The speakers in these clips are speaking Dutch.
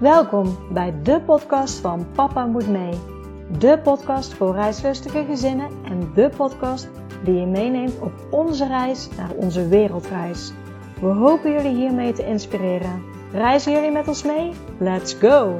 Welkom bij de podcast van Papa Moet Mee. De podcast voor reislustige gezinnen en de podcast die je meeneemt op onze reis naar onze wereldreis. We hopen jullie hiermee te inspireren. Reizen jullie met ons mee? Let's go!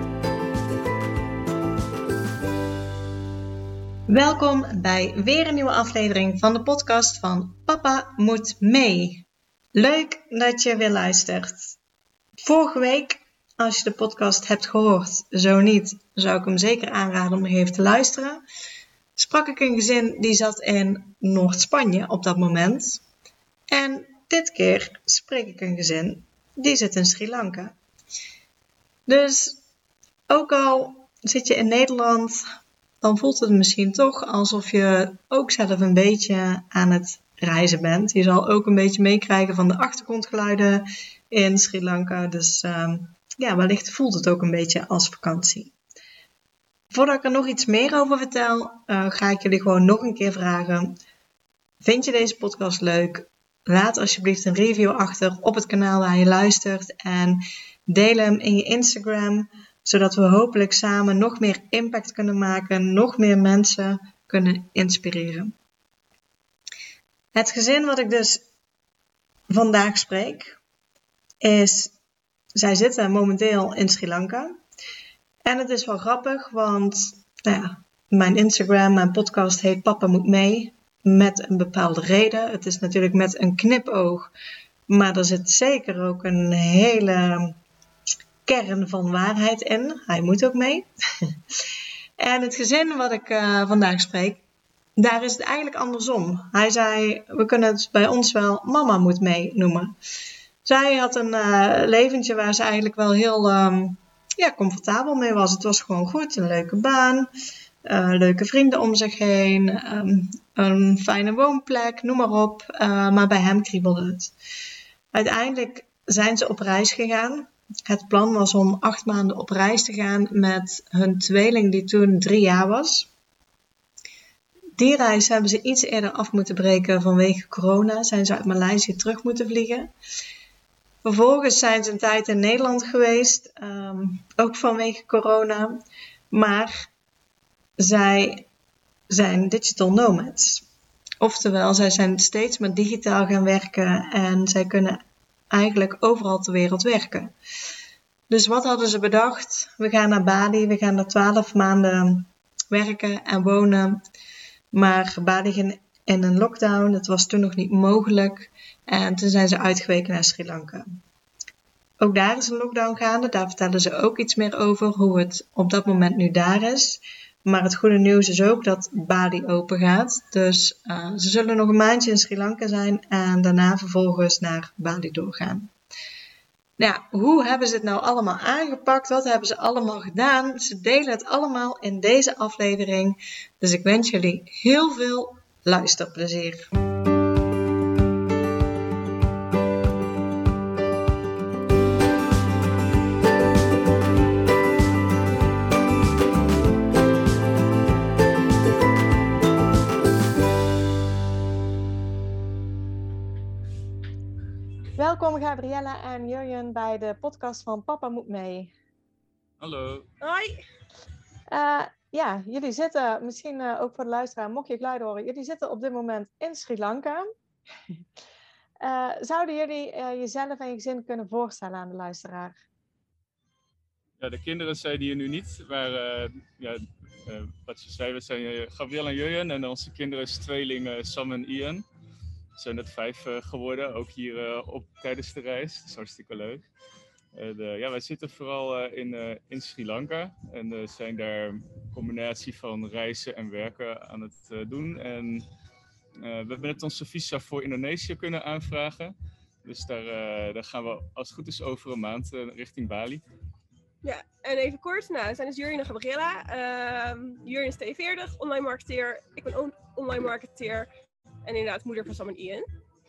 Welkom bij weer een nieuwe aflevering van de podcast van Papa Moet Mee. Leuk dat je weer luistert. Vorige week, als je de podcast hebt gehoord, zo niet, zou ik hem zeker aanraden om nog even te luisteren. Sprak ik een gezin die zat in Noord-Spanje op dat moment. En dit keer spreek ik een gezin die zit in Sri Lanka. Dus ook al zit je in Nederland, dan voelt het misschien toch alsof je ook zelf een beetje aan het reizen bent. Je zal ook een beetje meekrijgen van de achtergrondgeluiden in Sri Lanka. Dus wellicht voelt het ook een beetje als vakantie. Voordat ik er nog iets meer over vertel, ga ik jullie gewoon nog een keer vragen. Vind je deze podcast leuk? Laat alsjeblieft een review achter op het kanaal waar je luistert. En deel hem in je Instagram, zodat we hopelijk samen nog meer impact kunnen maken. Nog meer mensen kunnen inspireren. Het gezin wat ik dus vandaag spreek, zij zitten momenteel in Sri Lanka. En het is wel grappig, want mijn Instagram, mijn podcast heet Papa Moet Mee. Met een bepaalde reden. Het is natuurlijk met een knipoog. Maar er zit zeker ook een hele kern van waarheid in. Hij moet ook mee. En het gezin wat ik vandaag spreek, daar is het eigenlijk andersom. Hij zei, we kunnen het bij ons wel Mama Moet Mee noemen. Zij had een leventje waar ze eigenlijk wel heel comfortabel mee was. Het was gewoon goed, een leuke baan, leuke vrienden om zich heen, een fijne woonplek, noem maar op. Maar bij hem kriebelde het. Uiteindelijk zijn ze op reis gegaan. Het plan was om 8 maanden op reis te gaan met hun tweeling die toen 3 jaar was. Die reis hebben ze iets eerder af moeten breken vanwege corona. Zijn ze uit Maleisië terug moeten vliegen. Vervolgens zijn ze een tijd in Nederland geweest. Ook vanwege corona. Maar zij zijn digital nomads. Oftewel, zij zijn steeds meer digitaal gaan werken. En zij kunnen eigenlijk overal ter wereld werken. Dus wat hadden ze bedacht? We gaan naar Bali. We gaan er 12 maanden werken en wonen. Maar Bali ging in een lockdown. Dat was toen nog niet mogelijk. En toen zijn ze uitgeweken naar Sri Lanka. Ook daar is een lockdown gaande. Daar vertellen ze ook iets meer over hoe het op dat moment nu daar is. Maar het goede nieuws is ook dat Bali open gaat. Dus ze zullen nog een maandje in Sri Lanka zijn. En daarna vervolgens naar Bali doorgaan. Nou, hoe hebben ze het nou allemaal aangepakt? Wat hebben ze allemaal gedaan? Ze delen het allemaal in deze aflevering. Dus ik wens jullie heel veel luisterplezier. Welkom Gabriella en Jurjen bij de podcast van Papa Moet Mee. Hallo. Hoi. Jullie zitten, misschien ook voor de luisteraar, mocht je geluid horen, jullie zitten op dit moment in Sri Lanka. Zouden jullie jezelf en je gezin kunnen voorstellen aan de luisteraar? Ja, de kinderen zijn hier nu niet, maar wat je zei, we zijn Gabriella en Jurjen en onze kinderen is tweeling Sam en Ian. We zijn net 5 geworden, ook hier tijdens de reis. Dat is hartstikke leuk. Wij zitten vooral in Sri Lanka en zijn daar een combinatie van reizen en werken aan het doen. En we hebben net onze visa voor Indonesië kunnen aanvragen. Dus daar gaan we als het goed is over een maand richting Bali. Ja, en even kort, we zijn dus Jurjen en Gabriella. Jurjen is 42, online marketeer. Ik ben ook online marketeer. En inderdaad moeder van Sam en Ian.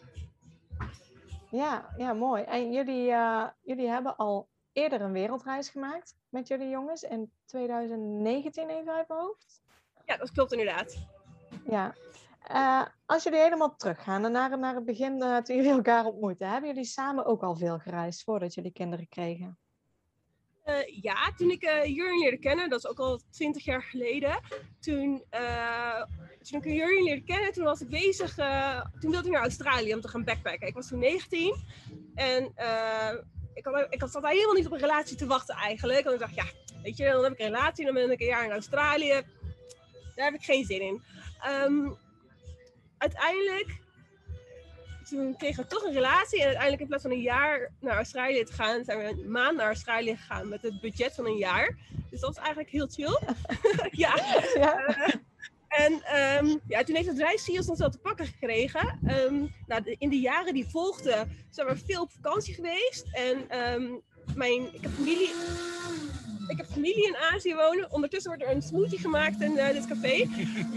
Ja, mooi. En jullie hebben al eerder een wereldreis gemaakt met jullie jongens in 2019 even uit mijn hoofd? Ja, dat klopt inderdaad. Ja. Als jullie helemaal teruggaan naar het begin toen jullie elkaar ontmoetten, hebben jullie samen ook al veel gereisd voordat jullie kinderen kregen? Ja, toen ik Jurjen leerde kennen, dat is ook al 20 jaar geleden. Toen ik Jurjen leerde kennen, toen was ik bezig. Toen wilde ik naar Australië om te gaan backpacken. Ik was toen 19 en ik zat daar helemaal niet op een relatie te wachten eigenlijk. Want ik dacht, ja, weet je, dan heb ik een relatie, dan ben ik een jaar in Australië. Daar heb ik geen zin in. Uiteindelijk, toen kregen we toch een relatie en uiteindelijk in plaats van een jaar naar Australië te gaan, zijn we een maand naar Australië gegaan met het budget van een jaar. Dus dat was eigenlijk heel chill. Ja. Toen heeft het reisvirus ons wel te pakken gekregen. In de jaren die volgden zijn we veel op vakantie geweest. En ik heb familie in Azië wonen. Ondertussen wordt er een smoothie gemaakt in dit café.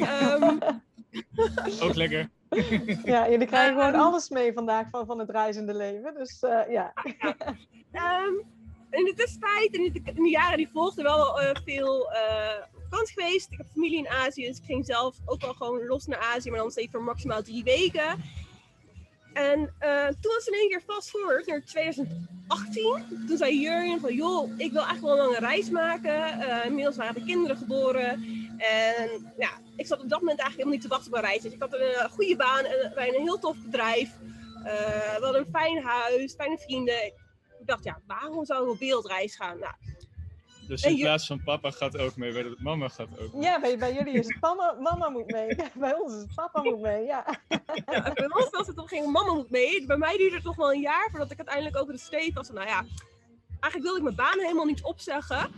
Ook lekker. Ja, jullie krijgen gewoon alles mee vandaag van het reizende leven. Dus ja. In de tussentijd, in de jaren die volgden, wel veel op vakantie geweest. Ik heb familie in Azië, dus ik ging zelf ook wel gewoon los naar Azië, maar dan steeds voor maximaal 3 weken. En toen was het in één keer fast forward naar 2018. Toen zei Jurjen van, joh, ik wil echt wel een lange reis maken. Inmiddels waren de kinderen geboren. En ja, ik zat op dat moment eigenlijk helemaal niet te wachten op een reis. Dus ik had een goede baan bij een heel tof bedrijf. We hadden een fijn huis, fijne vrienden. Ik dacht, ja, waarom zou ik op wereldreis gaan? Nou, dus in plaats van papa gaat ook mee, werd het mama gaat ook mee. Ja, bij jullie is het mama moet mee. Bij ons is het papa moet mee, ja. Ja, bij ons was het toch geen mama moet mee. Bij mij duurde het nog wel een jaar voordat ik uiteindelijk over de streep was. Nou ja, eigenlijk wilde ik mijn baan helemaal niet opzeggen.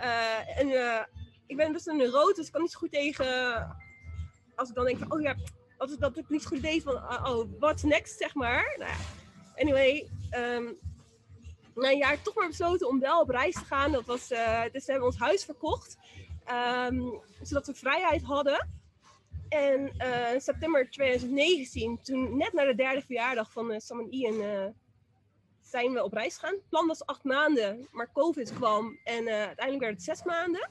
Ik ben best een neuroot, dus ik kan niet zo goed tegen... Als ik dan denk van, oh ja, dat ik niet zo goed deed van, what's next, zeg maar. Nou ja, anyway... na een jaar toch maar besloten om wel op reis te gaan. Dat was, dus we hebben ons huis verkocht. Zodat we vrijheid hadden. En in september 2019, toen net na de 3e verjaardag van Sam en Ian, zijn we op reis gegaan. Het plan was 8 maanden, maar COVID kwam en uiteindelijk werd het 6 maanden.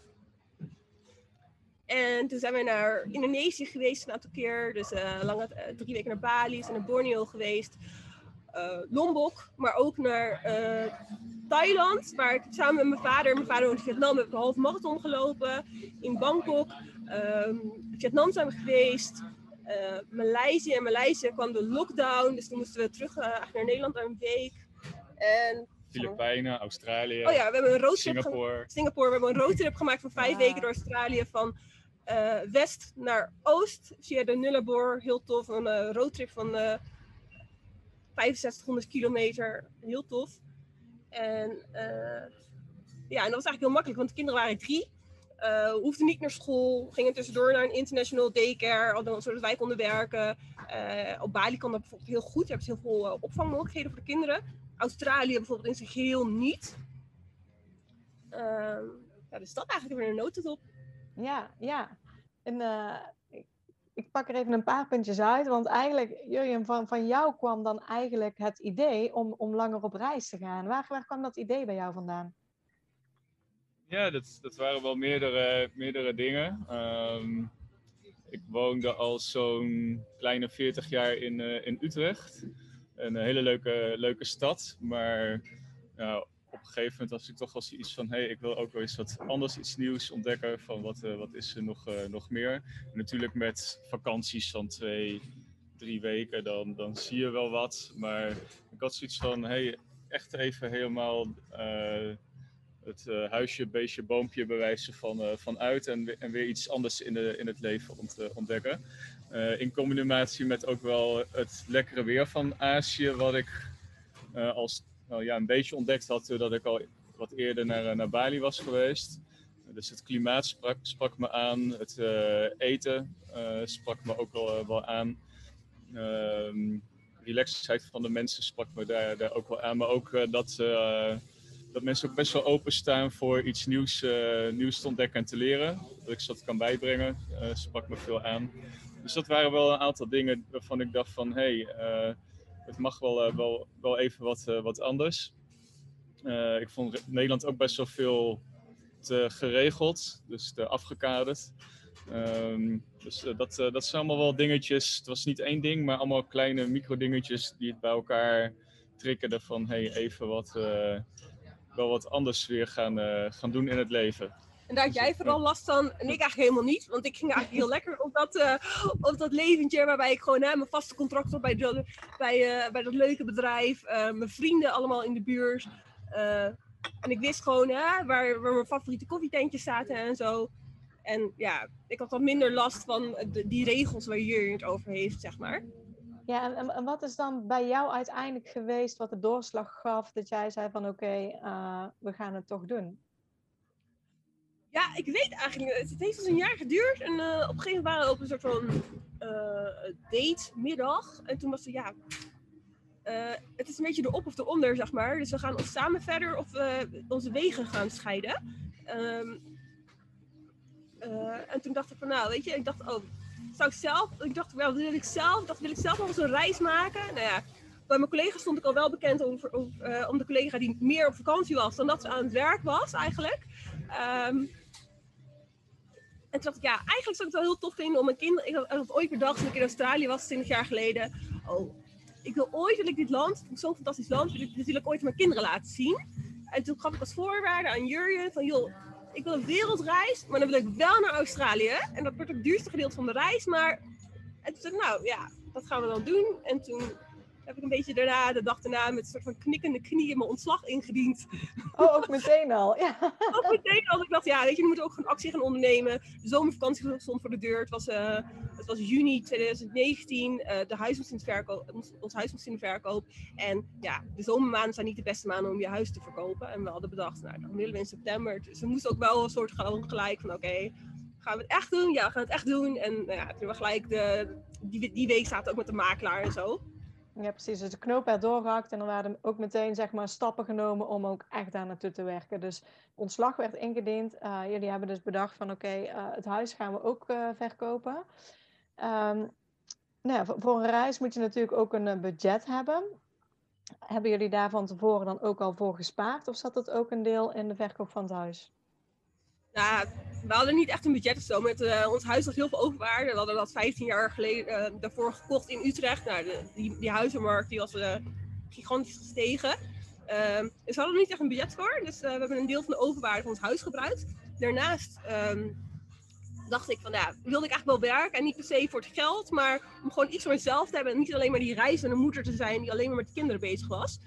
En toen zijn we naar Indonesië geweest een aantal keer. Dus 3 weken naar Bali, zijn naar Borneo geweest. Lombok, maar ook naar Thailand, waar ik samen met mijn vader woont in Vietnam, heb ik een halve marathon gelopen. In Bangkok, Vietnam zijn we geweest, Maleisië. In Maleisië kwam de lockdown, dus toen moesten we terug naar Nederland naar een week. En Filipijnen, Australië, we hebben een roadtrip Singapore. We hebben een roadtrip gemaakt van 5 weken door Australië, van west naar oost, via de Nullarbor, heel tof. Een roadtrip van 6500 kilometer, heel tof. En en dat was eigenlijk heel makkelijk, want de kinderen waren 3. Hoefden niet naar school, gingen tussendoor naar een international daycare, zodat wij konden werken. Op Bali kan dat bijvoorbeeld heel goed, je hebt heel veel opvangmogelijkheden voor de kinderen. Australië bijvoorbeeld in zijn geheel niet. Dus dat eigenlijk weer een notendop. Ja. En ik pak er even een paar puntjes uit, want eigenlijk, Jurjen, van jou kwam dan eigenlijk het idee om langer op reis te gaan. Waar kwam dat idee bij jou vandaan? Ja, dat waren wel meerdere dingen. Ik woonde al zo'n kleine 40 jaar in Utrecht. Een hele leuke stad, maar op een gegeven moment was ik toch wel zoiets van, ik wil ook wel eens wat anders, iets nieuws ontdekken van wat is er nog meer. En natuurlijk met vakanties van 2-3 weken, dan zie je wel wat. Maar ik had zoiets van, echt even helemaal het huisje, beestje, boompje bewijzen van uit en weer iets anders in het leven ontdekken. In combinatie met ook wel het lekkere weer van Azië, wat ik een beetje ontdekt had doordat ik al wat eerder naar Bali was geweest. Dus het klimaat sprak me aan, het eten sprak me ook wel aan. Relaxedheid van de mensen sprak me daar ook wel aan, maar ook dat mensen ook best wel openstaan voor iets nieuws te ontdekken en te leren. Dat ik dat kan bijbrengen, sprak me veel aan. Dus dat waren wel een aantal dingen waarvan ik dacht van, het mag wel even wat anders. Ik vond Nederland ook best wel veel te geregeld, dus te afgekaderd. Dus dat zijn allemaal wel dingetjes. Het was niet één ding, maar allemaal kleine micro dingetjes die het bij elkaar triggerden van even wel wat anders weer gaan doen in het leven. En daar had jij vooral last van en ik eigenlijk helemaal niet. Want ik ging eigenlijk heel lekker op dat leventje waarbij ik gewoon mijn vaste contract had bij dat leuke bedrijf. Mijn vrienden allemaal in de buurt. En ik wist gewoon waar mijn favoriete koffietentjes zaten en zo. En ja, ik had wat minder last van die regels waar Jurjen het over heeft, zeg maar. Ja, en wat is dan bij jou uiteindelijk geweest wat de doorslag gaf dat jij zei van oké, we gaan het toch doen? Ja, ik weet eigenlijk niet. Het heeft dus een jaar geduurd. En op een gegeven moment waren we op een soort van date-middag. En toen was het het is een beetje erop of eronder, zeg maar. Dus we gaan of samen verder of onze wegen gaan scheiden. En toen dacht ik van, nou, weet je, ik dacht, wil ik zelf nog eens een reis maken? Nou ja, bij mijn collega stond ik al wel bekend om de collega die meer op vakantie was dan dat ze aan het werk was, eigenlijk. En toen dacht ik, ja, eigenlijk zou ik het wel heel tof vinden om mijn kinderen... Ik had ooit bedacht toen ik in Australië was, 20 jaar geleden. Ik wil ooit, dit land, zo'n fantastisch land, dit wil ik ooit mijn kinderen laten zien. En toen gaf ik als voorwaarde aan Jurjen van, joh, ik wil een wereldreis, maar dan wil ik wel naar Australië. En dat wordt het duurste gedeelte van de reis, maar... En toen zei ik, nou ja, dat gaan we dan doen. En toen heb ik een beetje de dag daarna met een soort van knikkende knieën mijn ontslag ingediend. Oh, ook meteen al, ja. Ook meteen al. Ik dacht, ja, weet je, we moeten ook gewoon actie gaan ondernemen. De zomervakantie stond voor de deur. Het was juni 2019. Ons huis moest in de verkoop. En ja, de zomermaanden zijn niet de beste maanden om je huis te verkopen. En we hadden bedacht, nou, dan willen we in september. Dus we moesten ook wel een soort gelijk van, oké, gaan we het echt doen? Ja, we gaan het echt doen. En nou ja, toen we gelijk die week zaten ook met de makelaar en zo. Ja, precies. Dus de knoop werd doorgehakt en dan werden ook meteen zeg maar stappen genomen om ook echt daar naartoe te werken. Dus ontslag werd ingediend. Jullie hebben dus bedacht van oké, het huis gaan we ook verkopen. Voor een reis moet je natuurlijk ook een budget hebben. Hebben jullie daar van tevoren dan ook al voor gespaard of zat dat ook een deel in de verkoop van het huis? Nou, we hadden niet echt een budget of zo. Ons huis had heel veel overwaarde. We hadden dat 15 jaar geleden daarvoor gekocht in Utrecht. Nou, die huizenmarkt die was gigantisch gestegen. Dus we hadden er niet echt een budget voor. Dus we hebben een deel van de overwaarde van ons huis gebruikt. Daarnaast dacht ik van, ja, wilde ik eigenlijk wel werken. En niet per se voor het geld, maar om gewoon iets voor mezelf te hebben. En niet alleen maar die reizende moeder te zijn die alleen maar met de kinderen bezig was.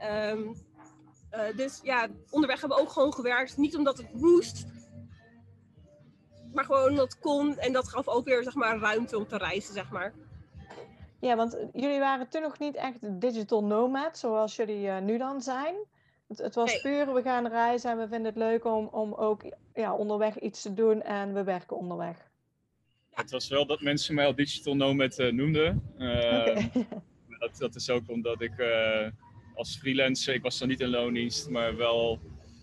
Dus ja, onderweg hebben we ook gewoon gewerkt. Niet omdat het moest, maar gewoon omdat het kon. En dat gaf ook weer, zeg maar, ruimte om te reizen, zeg maar. Ja, want jullie waren toen nog niet echt digital nomad, zoals jullie nu dan zijn. Het was puur, we gaan reizen en we vinden het leuk om ook onderweg iets te doen en we werken onderweg. Het was wel dat mensen mij al digital nomad noemden. Dat is ook omdat ik als freelancer, ik was dan niet in loondienst, maar wel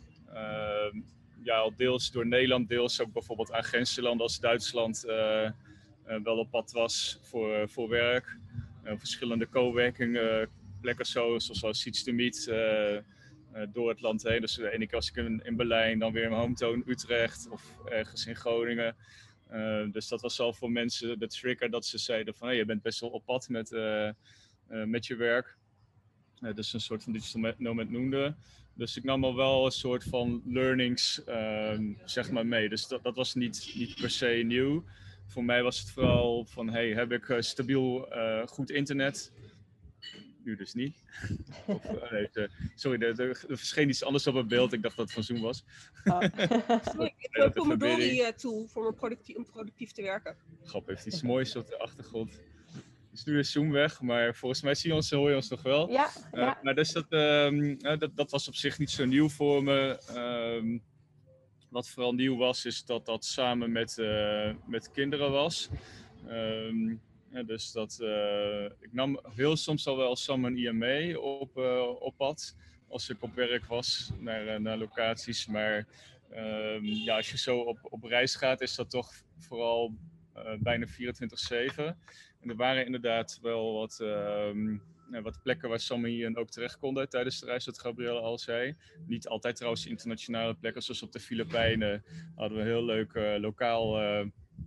al deels door Nederland, deels ook bijvoorbeeld aan grenslanden als Duitsland wel op pad was voor werk. Verschillende coworking plekken zoals Seats to Meet door het land heen. Dus de ene keer was ik in Berlijn, dan weer in mijn hometown Utrecht of ergens in Groningen. Dus dat was al voor mensen de trigger dat ze zeiden van, hey, je bent best wel op pad met je werk. Dus een soort van digital nomad noemde. Dus ik nam al wel een soort van learnings zeg maar mee. Dus dat was niet per se nieuw. Voor mij was het vooral van, hey, heb ik stabiel goed internet? Nu dus niet. Sorry, er verscheen iets anders op het beeld. Ik dacht dat het van Zoom was. Oh. Ik heb een Pomodori-tool om productief te werken. Grap heeft iets moois op de achtergrond. Dus nu is Zoom weg, maar volgens mij hoor je ons nog wel. Ja. Maar dus dat was op zich niet zo nieuw voor me. Wat vooral nieuw was, is dat samen met kinderen was. Dus ik nam heel soms al wel Sam en Ian mee op pad. Als ik op werk was naar locaties. Maar als je zo op reis gaat, is dat toch vooral bijna 24/7. En er waren inderdaad wel wat plekken waar Sam en Ian ook terecht konden tijdens de reis, wat Gabrielle al zei. Niet altijd trouwens internationale plekken, zoals op de Filipijnen hadden we een heel leuk lokaal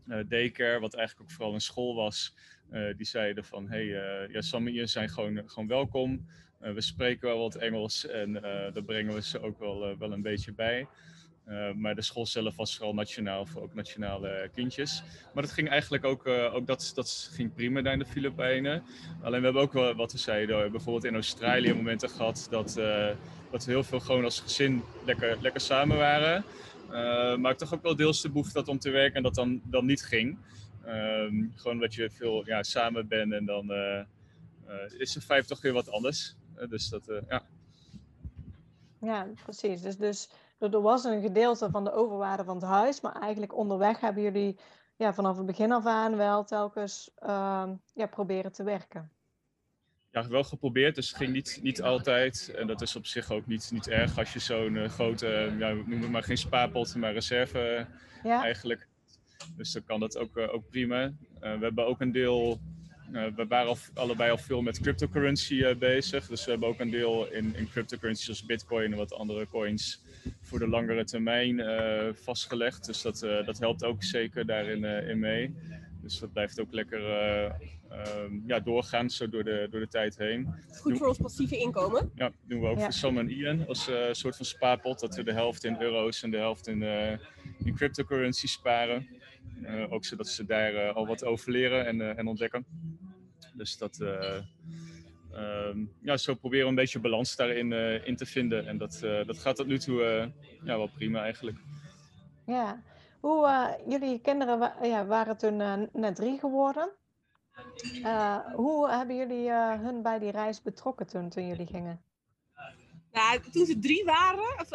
daycare, wat eigenlijk ook vooral een school was. Die zeiden van, Sam en Ian zijn gewoon welkom. We spreken wel wat Engels en daar brengen we ze ook wel een beetje bij. Maar de school zelf was vooral nationaal, voor ook nationale kindjes. Maar dat ging eigenlijk ook dat ging prima daar in de Filipijnen. Alleen we hebben ook wel, wat we zeiden, bijvoorbeeld in Australië momenten gehad dat we heel veel gewoon als gezin lekker samen waren. Maar ik toch ook wel deels de behoefte had om te werken en dat dan niet ging. Gewoon dat je veel samen bent en dan is de vijf toch weer wat anders. Dus dat, ja. Ja, precies. Dus er was een gedeelte van de overwaarde van het huis, maar eigenlijk onderweg hebben jullie vanaf het begin af aan wel telkens proberen te werken. Ja, wel geprobeerd, dus het ging niet altijd. En dat is op zich ook niet erg als je zo'n grote, noem het maar geen spaarpot, maar reserve eigenlijk. Dus dan kan dat ook prima. We hebben ook een deel, we waren allebei al veel met cryptocurrency bezig. Dus we hebben ook een deel in cryptocurrencies zoals Bitcoin en wat andere coins voor de langere termijn vastgelegd. Dus dat helpt ook zeker daarin in mee. Dus dat blijft ook lekker doorgaan, zo door de tijd heen. Goed voor ons passieve inkomen. Ja, doen we ook voor Sam en Ian als soort van spaarpot. Dat we de helft in euro's en de helft in cryptocurrency sparen. Ook zodat ze daar al wat over leren en ontdekken. Dus zo proberen we een beetje balans daarin in te vinden. En dat gaat tot nu toe wel prima eigenlijk. Ja. Jullie kinderen waren toen net 3 geworden. Hoe hebben jullie hun bij die reis betrokken toen jullie gingen? Toen ze 3 waren, of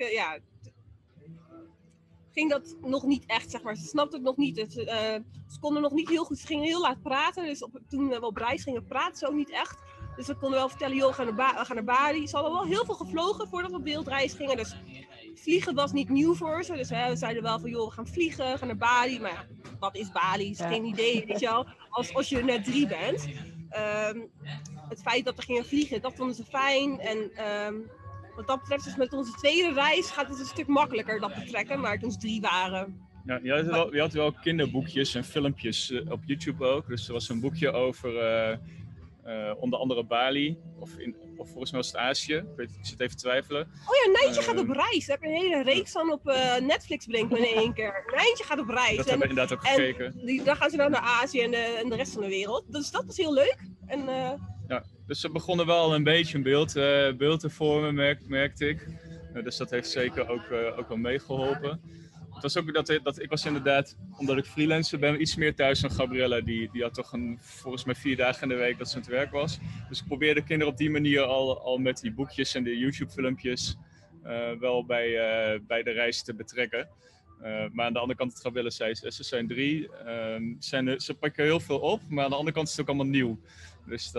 ging dat nog niet echt, zeg maar. Ze snapten het nog niet. Ze konden nog niet heel goed. Ze gingen heel laat praten. Dus toen we op reis gingen, praten ze ook niet echt. Dus we konden wel vertellen, joh, we gaan naar Bali. Ze hadden wel heel veel gevlogen voordat we op wereldreis gingen. Dus vliegen was niet nieuw voor ze. Dus we zeiden wel van, joh, we gaan vliegen, we gaan naar Bali. Maar wat is Bali? Is geen idee, weet je wel. Als je net 3 bent. Het feit dat we gingen vliegen, dat vonden ze fijn. En wat dat betreft, dus met onze tweede reis gaat het een stuk makkelijker dat betrekken. Maar toen ze 3 waren. Ja, je had wel kinderboekjes en filmpjes op YouTube ook. Dus er was een boekje over onder andere Bali. Of volgens mij was het Azië. Ik zit even te twijfelen. Oh ja, Nijntje gaat op reis. Daar heb je een hele reeks van op Netflix bedenken in één keer. Nijntje gaat op reis. Dat hebben we inderdaad ook gekeken. Dan gaan ze nou naar Azië en de rest van de wereld. Dus dat was heel leuk. En, ja, dus ze begonnen wel een beetje een beeld te vormen, merkte ik. Dus dat heeft zeker ook wel meegeholpen. Het was ook dat ik was inderdaad, omdat ik freelancer ben, iets meer thuis dan Gabriella. Die had toch volgens mij 4 dagen in de week dat ze aan het werk was. Dus ik probeerde kinderen op die manier al met die boekjes en de YouTube filmpjes wel bij de reis te betrekken. Maar aan de andere kant, het Gabriella zei, ze zijn 3. Ze pakken heel veel op, maar aan de andere kant is het ook allemaal nieuw. Dus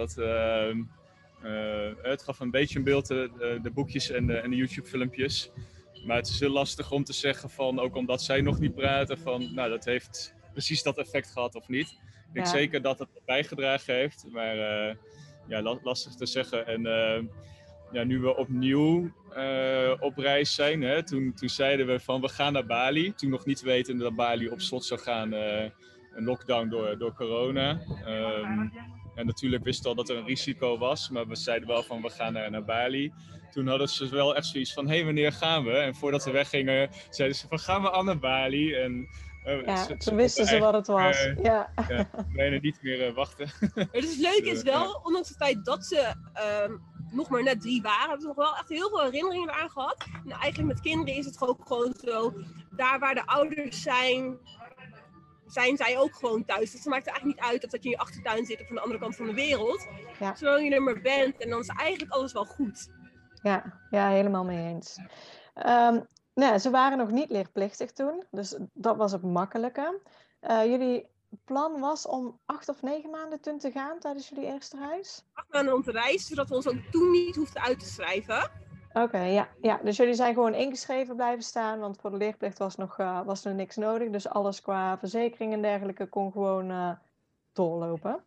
het gaf een beetje een beeld, de boekjes en de YouTube filmpjes. Maar het is heel lastig om te zeggen van, ook omdat zij nog niet praten, van nou dat heeft precies dat effect gehad of niet. Ik denk zeker dat het bijgedragen heeft, maar lastig te zeggen. En nu we opnieuw op reis zijn, hè, toen zeiden we van we gaan naar Bali. Toen nog niet wetende dat Bali op slot zou gaan, een lockdown door corona. En natuurlijk wisten we al dat er een risico was, maar we zeiden wel van we gaan naar Bali. Toen hadden ze wel echt zoiets van, wanneer gaan we? En voordat we weggingen, zeiden ze van, gaan we al naar Bali? En, toen wisten ze wat het was. Bijna niet meer wachten. Het leuke is wel, ondanks het feit dat ze nog maar net 3 waren, hebben ze nog wel echt heel veel herinneringen eraan gehad. En eigenlijk met kinderen is het ook gewoon zo, daar waar de ouders zijn zij ook gewoon thuis. Dus het maakt er eigenlijk niet uit of dat je in je achtertuin zit of aan de andere kant van de wereld. Ja. Zolang je er maar bent en dan is eigenlijk alles wel goed. Ja, helemaal mee eens. Ze waren nog niet leerplichtig toen, dus dat was ook makkelijker. Jullie plan was om 8 of 9 maanden toen te gaan tijdens jullie eerste reis? 8 maanden om te reizen, zodat we ons ook toen niet hoefden uit te schrijven. Oké, dus jullie zijn gewoon ingeschreven blijven staan, want voor de leerplicht was er niks nodig. Dus alles qua verzekering en dergelijke kon gewoon doorlopen.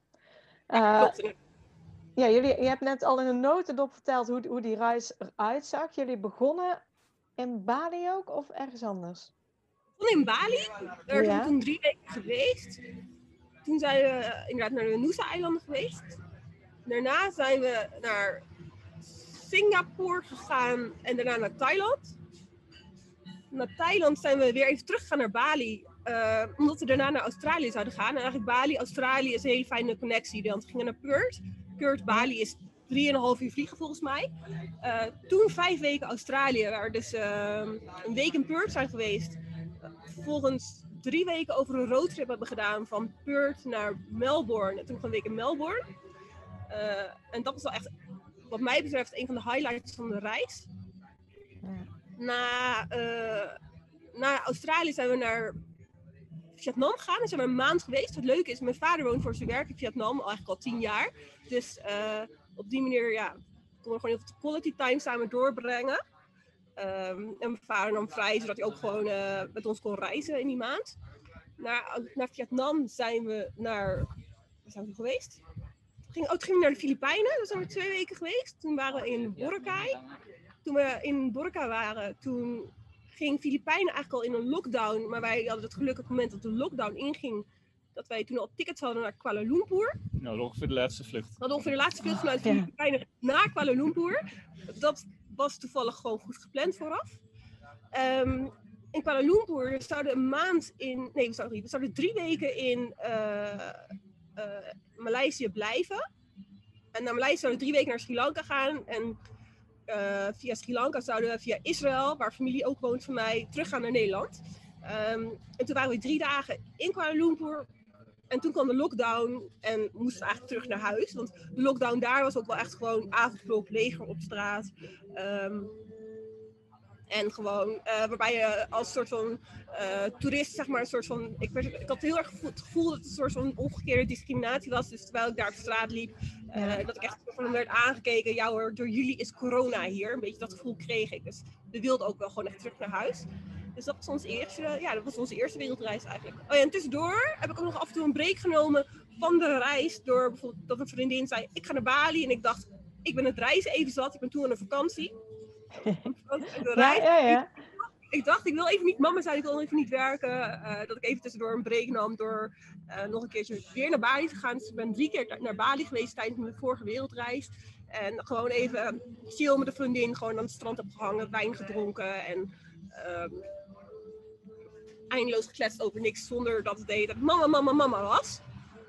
Je hebt net al in een notendop verteld hoe die reis eruit zag. Jullie begonnen in Bali ook of ergens anders? We in Bali. Daar zijn we toen 3 weken geweest. Toen zijn we inderdaad naar de Nusa-eilanden geweest. Daarna zijn we naar Singapore gegaan en daarna naar Thailand. Na Thailand zijn we weer even teruggegaan naar Bali. Omdat we daarna naar Australië zouden gaan. En eigenlijk Bali, Australië is een hele fijne connectie. Want we gingen naar Perth. Perth, Bali is 3,5 uur vliegen volgens mij. Toen 5 weken Australië, waar we dus een week in Perth zijn geweest. Vervolgens 3 weken over een roadtrip hebben gedaan van Perth naar Melbourne. En toen nog een week in Melbourne. En dat was wel echt, wat mij betreft, een van de highlights van de reis. Na Australië zijn we naar Vietnam gegaan. Daar zijn we een maand geweest. Wat leuk is, mijn vader woont voor zijn werk in Vietnam eigenlijk al 10 jaar. Dus op die manier konden we gewoon heel veel quality time samen doorbrengen. En mijn vader nam vrij, zodat hij ook gewoon met ons kon reizen in die maand. Naar Vietnam zijn we naar... Waar zijn we geweest? Toen gingen we naar de Filipijnen. Daar zijn we 2 weken geweest. Toen waren we in Boracay. Toen we in Boracay waren, toen ging Filipijnen eigenlijk al in een lockdown. Maar wij hadden het geluk op het moment dat de lockdown inging, dat wij toen al tickets hadden naar Kuala Lumpur. Nou, ongeveer de laatste vlucht. We hadden ongeveer de laatste vlucht vanuit Filipijnen naar Kuala Lumpur. Dat was toevallig gewoon goed gepland vooraf. In Kuala Lumpur zouden we zouden 3 weken in Maleisië blijven. En naar Maleisië zouden we 3 weken naar Sri Lanka gaan. En via Sri Lanka zouden we via Israël, waar familie ook woont van mij, teruggaan naar Nederland. En toen waren we 3 dagen in Kuala Lumpur. En toen kwam de lockdown en moesten we eigenlijk terug naar huis. Want de lockdown daar was ook wel echt gewoon avondklok, leger op straat. En gewoon, waarbij je als soort van toerist, zeg maar, een soort van... Ik had heel erg het gevoel dat het een soort van omgekeerde discriminatie was. Dus terwijl ik daar op straat liep, dat ik echt van werd aangekeken. Ja hoor, door jullie is corona hier. Een beetje dat gevoel kreeg ik. Dus we wilden ook wel gewoon echt terug naar huis. Dus dat was onze eerste wereldreis eigenlijk. Oh ja, en tussendoor heb ik ook nog af en toe een break genomen van de reis. Door bijvoorbeeld dat een vriendin zei, ik ga naar Bali. En ik dacht, ik ben het reizen even zat. Ik ben toen aan een vakantie. Ik dacht, ik wil even niet, mama zei ik wil even niet werken. Dat ik even tussendoor een break nam door nog een keertje weer naar Bali te gaan. Dus ik ben 3 keer naar Bali geweest tijdens mijn vorige wereldreis. En gewoon even chill met een vriendin, gewoon aan het strand heb gehangen, wijn gedronken en eindeloos gekletst over niks zonder dat het deed dat mama was.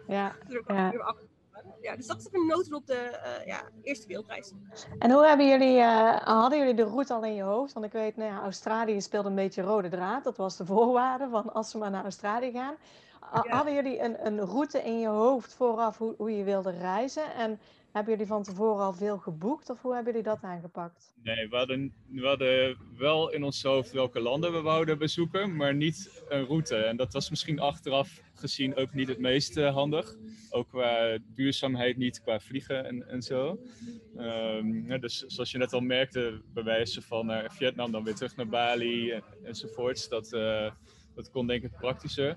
Ja, dus dat is een notendop op de eerste wereldreis. En hoe hadden jullie de route al in je hoofd? Want ik weet, Australië speelde een beetje rode draad. Dat was de voorwaarde van als we maar naar Australië gaan. Hadden jullie een route in je hoofd vooraf hoe je wilde reizen? En hebben jullie van tevoren al veel geboekt? Of hoe hebben jullie dat aangepakt? Nee, we hadden wel in ons hoofd welke landen we wouden bezoeken, maar niet een route. En dat was misschien achteraf gezien ook niet het meest handig. Ook qua duurzaamheid niet, qua vliegen en zo. Dus zoals je net al merkte, bij wijze van naar Vietnam, dan weer terug naar Bali enzovoorts. Dat kon denk ik praktischer.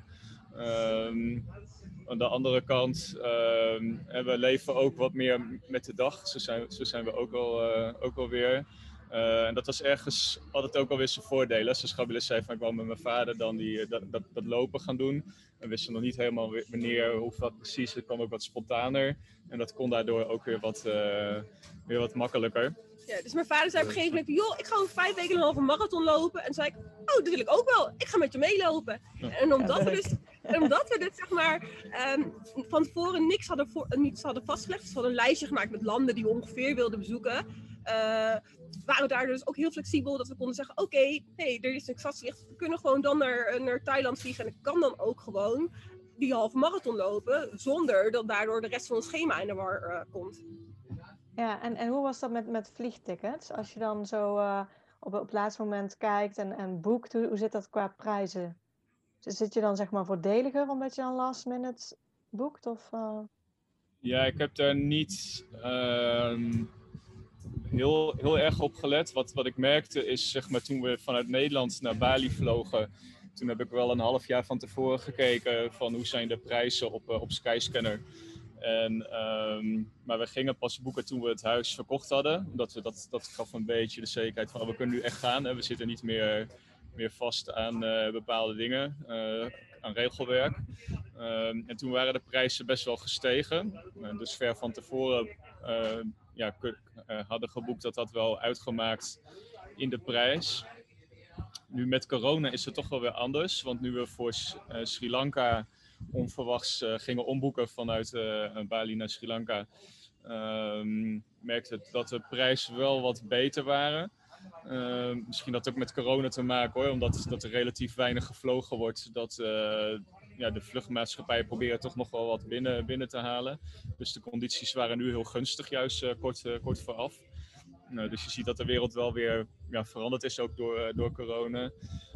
Aan de andere kant, we leven ook wat meer met de dag. Zo zijn we ook alweer. En dat was ergens altijd ook alweer zijn voordelen. Zoals Gabrielle zei, ik wou met mijn vader dan dat lopen gaan doen. We wisten nog niet helemaal wanneer, hoe dat precies. Het kwam ook wat spontaner. En dat kon daardoor ook weer wat makkelijker. Ja, dus mijn vader zei op een gegeven moment, joh, ik ga over 5 weken een halve marathon lopen. En toen zei ik, oh, dat wil ik ook wel. Ik ga met je meelopen. Ja. En omdat we dus zeg maar van tevoren niets hadden vastgelegd. Dus we hadden een lijstje gemaakt met landen die we ongeveer wilden bezoeken. Waren we daar dus ook heel flexibel dat we konden zeggen, oké, er is een stadslicht. We kunnen gewoon dan naar Thailand vliegen. En ik kan dan ook gewoon die halve marathon lopen. Zonder dat daardoor de rest van het schema in de war komt. Ja, en hoe was dat met vliegtickets? Als je dan zo op het laatste moment kijkt en boekt, hoe zit dat qua prijzen? Zit je dan zeg maar voordeliger omdat je dan last minute boekt? Of, Ja, ik heb daar niet heel erg op gelet. Wat ik merkte is, zeg maar, toen we vanuit Nederland naar Bali vlogen, toen heb ik wel een half jaar van tevoren gekeken van hoe zijn de prijzen op Skyscanner. Maar we gingen pas boeken toen we het huis verkocht hadden. Dat gaf een beetje de zekerheid van we kunnen nu echt gaan. Hè? We zitten niet meer weer vast aan bepaalde dingen, aan regelwerk. En toen waren de prijzen best wel gestegen. Dus ver van tevoren hadden geboekt dat wel uitgemaakt in de prijs. Nu met corona is het toch wel weer anders. Want nu we voor Sri Lanka onverwachts gingen omboeken vanuit Bali naar Sri Lanka, merkte het dat de prijzen wel wat beter waren. Misschien dat ook met corona te maken hoor, omdat er relatief weinig gevlogen wordt. Dat de vluchtmaatschappijen proberen toch nog wel wat binnen te halen. Dus de condities waren nu heel gunstig, juist kort vooraf. Dus je ziet dat de wereld wel weer veranderd is, ook door corona.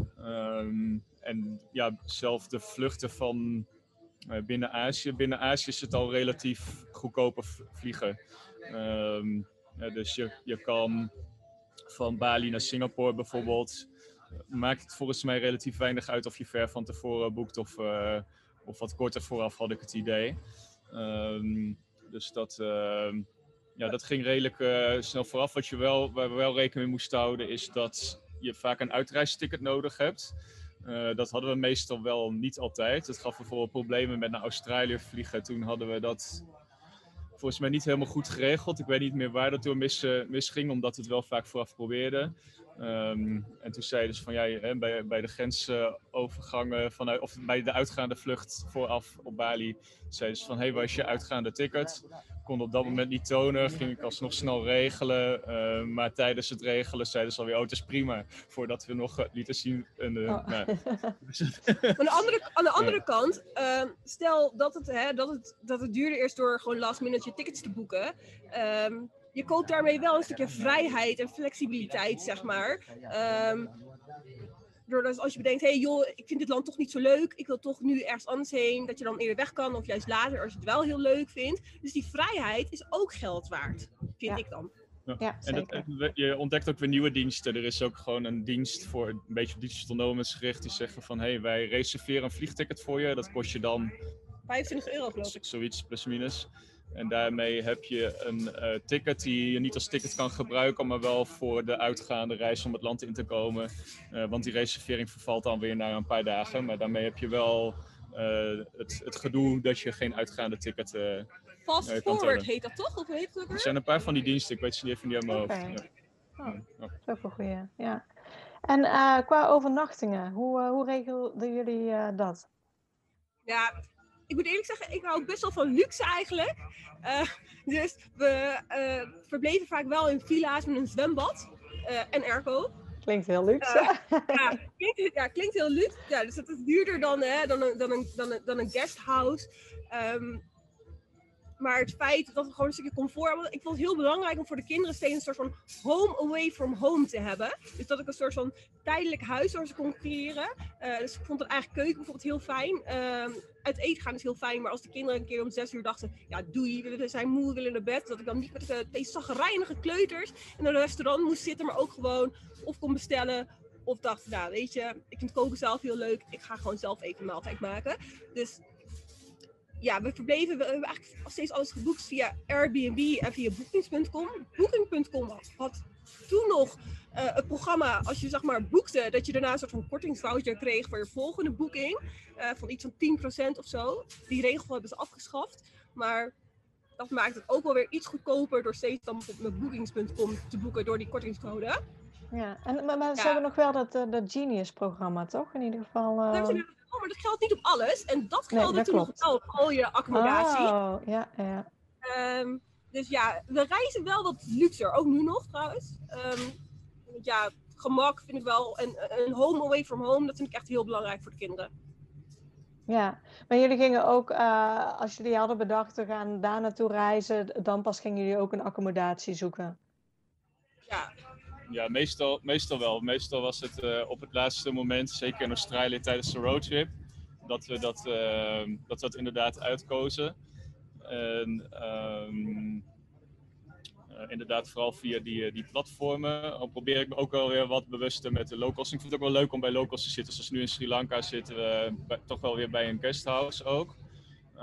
En zelf de vluchten van binnen Azië. Binnen Azië is het al relatief goedkoper vliegen. Dus je kan van Bali naar Singapore bijvoorbeeld. Maakt het volgens mij relatief weinig uit of je ver van tevoren boekt of wat korter vooraf, had ik het idee. Dus dat ging redelijk snel vooraf. Waar we wel rekening mee moesten houden is dat je vaak een uitreisticket nodig hebt. Dat hadden we meestal wel niet altijd. Het gaf bijvoorbeeld problemen met naar Australië vliegen. Toen hadden we dat volgens mij niet helemaal goed geregeld. Ik weet niet meer waar dat door misging, omdat het wel vaak vooraf probeerde. En toen zeiden ze van bij de grensovergangen of bij de uitgaande vlucht vooraf op Bali, zeiden ze van waar is je uitgaande ticket? Kon op dat moment niet tonen, ging ik alsnog snel regelen. Maar tijdens het regelen zeiden ze alweer, het is prima. Voordat we nog lieten zien. Aan de andere kant, stel dat het duurde eerst door gewoon last minute je tickets te boeken. Je koopt daarmee wel een stukje vrijheid en flexibiliteit, zeg maar. Doordat als je bedenkt, ik vind dit land toch niet zo leuk, ik wil toch nu ergens anders heen, dat je dan eerder weg kan of juist later als je het wel heel leuk vindt. Dus die vrijheid is ook geld waard, vind ik dan. Ja, en je ontdekt ook weer nieuwe diensten. Er is ook gewoon een dienst voor een beetje digital nomads gericht die zeggen van wij reserveren een vliegticket voor je. Dat kost je dan €25 geloof ik. Zoiets, plus minus. En daarmee heb je een ticket die je niet als ticket kan gebruiken, maar wel voor de uitgaande reis om het land in te komen. Want die reservering vervalt dan weer na een paar dagen. Maar daarmee heb je wel het gedoe dat je geen uitgaande ticket Fast kan Forward tellen. heet dat toch? Of heet het ook Er zijn een paar van die diensten, ik weet ze niet even niet uit mijn hoofd. Dat is ook een goeie, ja. En qua overnachtingen, hoe regelden jullie dat? Ja, ik moet eerlijk zeggen, ik hou best wel van luxe eigenlijk. Dus we verbleven vaak wel in villa's met een zwembad en airco. Klinkt heel luxe. Klinkt heel luxe. Ja, dus dat is duurder dan een guesthouse. Maar het feit dat we gewoon een stukje comfort hebben. Ik vond het heel belangrijk om voor de kinderen steeds een soort van home away from home te hebben. Dus dat ik een soort van tijdelijk huis waar ze kon creëren. Dus ik vond het eigen keuken bijvoorbeeld heel fijn. Uit eten gaan is heel fijn. Maar als de kinderen een keer om 6 uur dachten, doei, we zijn moe, we willen naar bed. Dat ik dan niet met deze chagrijnige kleuters in een restaurant moest zitten. Maar ook gewoon of kon bestellen. Of dacht, weet je, ik vind koken zelf heel leuk. Ik ga gewoon zelf even een maaltijd maken. Dus we hebben eigenlijk steeds alles geboekt via Airbnb en via Booking.com. Booking.com had toen nog het programma, als je zeg maar boekte, dat je daarna een soort van kortingsvoucher kreeg voor je volgende boeking. Van iets van 10% of zo. Die regel hebben ze afgeschaft. Maar dat maakt het ook wel weer iets goedkoper door steeds dan met Bookings.com te boeken door die kortingscode. Ja, maar ze hebben nog wel dat Genius-programma, toch? In ieder geval. Maar dat geldt niet op alles. En dat geldt natuurlijk nog wel op al je accommodatie. Oh, ja. Dus we reizen wel wat luxer. Ook nu nog trouwens. Gemak vind ik wel. En een home away from home, dat vind ik echt heel belangrijk voor de kinderen. Ja, maar jullie gingen ook, als jullie hadden bedacht, we gaan daar naartoe reizen, dan pas gingen jullie ook een accommodatie zoeken? Ja, meestal wel. Meestal was het op het laatste moment, zeker in Australië tijdens de roadtrip, dat we dat inderdaad uitkozen. En inderdaad vooral via die platformen. Dan probeer ik me ook wel weer wat bewuster met de locals. Ik vind het ook wel leuk om bij locals te zitten. Zoals nu in Sri Lanka zitten we toch wel weer bij een guesthouse ook.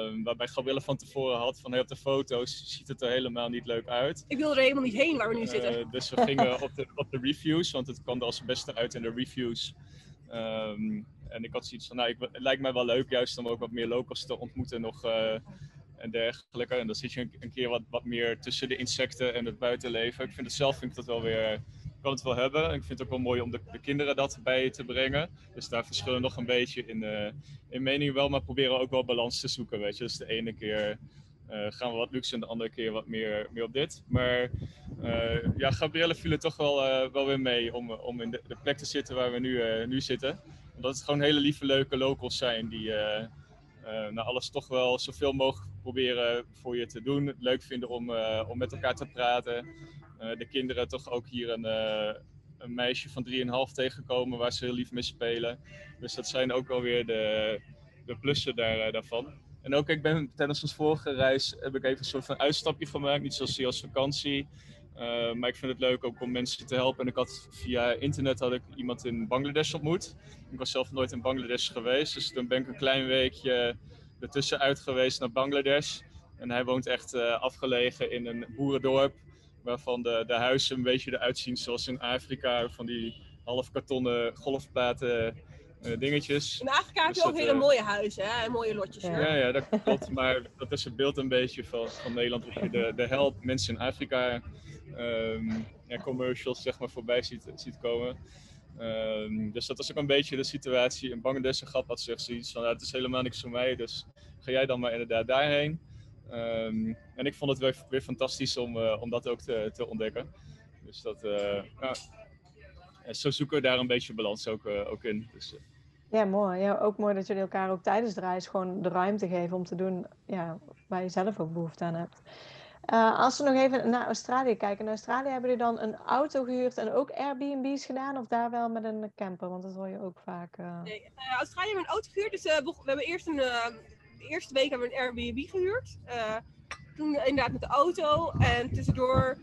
Waarbij Gabrielle van tevoren had van op de foto's ziet het er helemaal niet leuk uit. Ik wil er helemaal niet heen waar we nu zitten. Dus we gingen op de reviews, want het kwam er als het beste uit in de reviews. En ik had zoiets van, het lijkt mij wel leuk juist om ook wat meer locals te ontmoeten nog en dergelijke. En dan zit je een keer wat meer tussen de insecten en het buitenleven. Vind ik dat wel weer, kan het wel hebben. En ik vind het ook wel mooi om de kinderen dat bij te brengen. Dus daar verschillen nog een beetje in mening wel, maar proberen ook wel balans te zoeken, weet je. Dus de ene keer gaan we wat luxe en de andere keer wat meer op dit. Maar Gabrielle viel er toch wel weer mee om in de plek te zitten waar we nu zitten. Omdat het gewoon hele lieve, leuke locals zijn die alles toch wel zoveel mogelijk proberen voor je te doen. Het leuk vinden om met elkaar te praten. De kinderen toch ook hier een meisje van 3,5 tegenkomen waar ze heel lief mee spelen. Dus dat zijn ook wel weer de plussen daarvan. En ook, ik ben tijdens onze vorige reis heb ik even een soort van uitstapje gemaakt. Niet zozeer als vakantie. Maar ik vind het leuk ook om mensen te helpen. En ik had via internet iemand in Bangladesh ontmoet. Ik was zelf nooit in Bangladesh geweest. Dus toen ben ik een klein weekje ertussenuit geweest naar Bangladesh. En hij woont echt afgelegen in een boerendorp. Waarvan de huizen een beetje eruit zien zoals in Afrika. Van die half kartonnen golfplaten dingetjes. In Afrika heb je ook hele mooie huizen, hè? En mooie lotjes. Ja, dat klopt. Maar dat is het beeld een beetje van Nederland. Of je de help mensen in Afrika commercials zeg maar voorbij ziet komen. Dus dat was ook een beetje de situatie in Bangladesh. Een grap had zoiets van, het is helemaal niks voor mij, dus ga jij dan maar inderdaad daarheen. En ik vond het weer fantastisch om dat ook te ontdekken. Dus zo zoeken we daar een beetje balans ook in. Dus, ja, mooi. Ja, ook mooi dat jullie elkaar ook tijdens de reis gewoon de ruimte geven om te doen waar je zelf ook behoefte aan hebt. Als we nog even naar Australië kijken. In Australië hebben jullie dan een auto gehuurd en ook Airbnb's gedaan? Of daar wel met een camper? Want dat hoor je ook vaak. Nee, Australië hebben we een auto gehuurd. Dus we hebben eerst de eerste week hebben we een Airbnb gehuurd. Toen inderdaad met de auto. En tussendoor,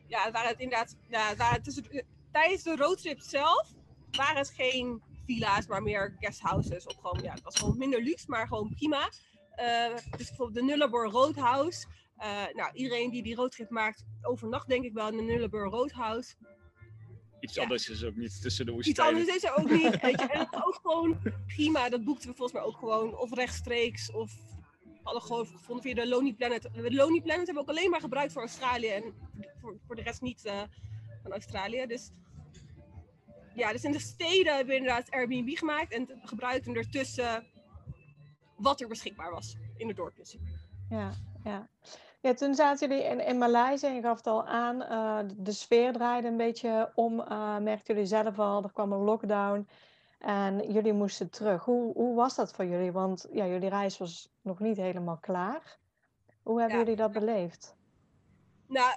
tijdens de roadtrip zelf waren het geen villa's, maar meer guesthouses. Het was gewoon minder luxe, maar gewoon prima. Dus bijvoorbeeld de Nullarbor Roadhouse. Iedereen die roadtrip maakt, overnacht denk ik wel in de Nullarbor Roadhouse. Iets anders is ook niet tussen de woestijn. Iets anders is er ook niet. Weet je. En dat was ook gewoon prima. Dat boekten we volgens mij ook gewoon. Of rechtstreeks. Of hadden gewoon gevonden via de Lonely Planet. De Lonely Planet hebben we ook alleen maar gebruikt voor Australië. En voor de rest niet van Australië. Dus in de steden hebben we inderdaad Airbnb gemaakt. En gebruikten ertussen wat er beschikbaar was in de dorpjes. Ja, toen zaten jullie in Maleisië en je gaf het al aan, de sfeer draaide een beetje om, merkten jullie zelf al, er kwam een lockdown en jullie moesten terug. Hoe was dat voor jullie? Want jullie reis was nog niet helemaal klaar. Hoe hebben jullie dat beleefd? Nou,